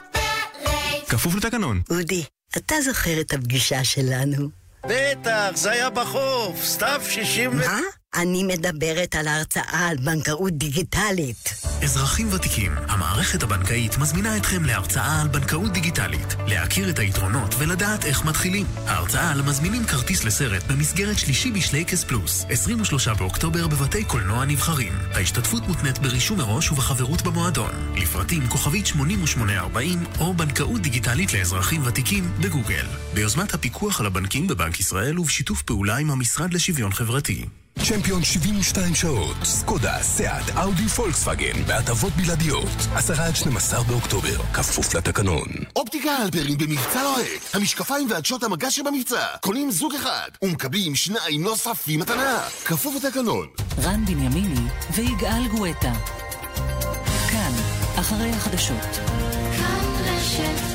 כפוף לתקנון. אודי, אתה זוכר את הפגישה שלנו? בטח, זה היה בחוף, סתיו שישים... מה? אני מדברת על ההרצאה על בנקאות דיגיטלית. אזרחים ותיקים, המערכת הבנקאית מזמינה אתכם להרצאה על בנקאות דיגיטלית, להכיר את היתרונות ולדעת איך מתחילים. ההרצאה על מזמינים כרטיס לסרט במסגרת שלישי בשלייקס פלוס, עשרים ושלושה באוקטובר בבתי קולנוע נבחרים. ההשתתפות מותנית ברישום מראש ובחברות במועדון. לפרטים כוכבית שמונים ושמונה ארבעים או בנקאות דיגיטלית לאזרחים ותיקים בגוגל. ביוזמת הפיקוח על הבנקים בבנק ישראל ובשיתוף פעולה עם המשרד לשוויון חברתי. צ'מפיון שבעים ושתיים שעות, סקודה, סאט, אאודי, פולקסווגן, בהטבות בלעדיות. עשרה עד שנים עשר באוקטובר, כפוף לתקנון. אופטיקה הלפרין במבצע לוהט. המשקפיים ועדשות המגע שבמבצע. קונים זוג אחד ומקבלים שניים נוספים מתנה. כפוף לתקנון. רן בנימיני ויגאל גואטה. כאן, אחרי החדשות. כאן רשת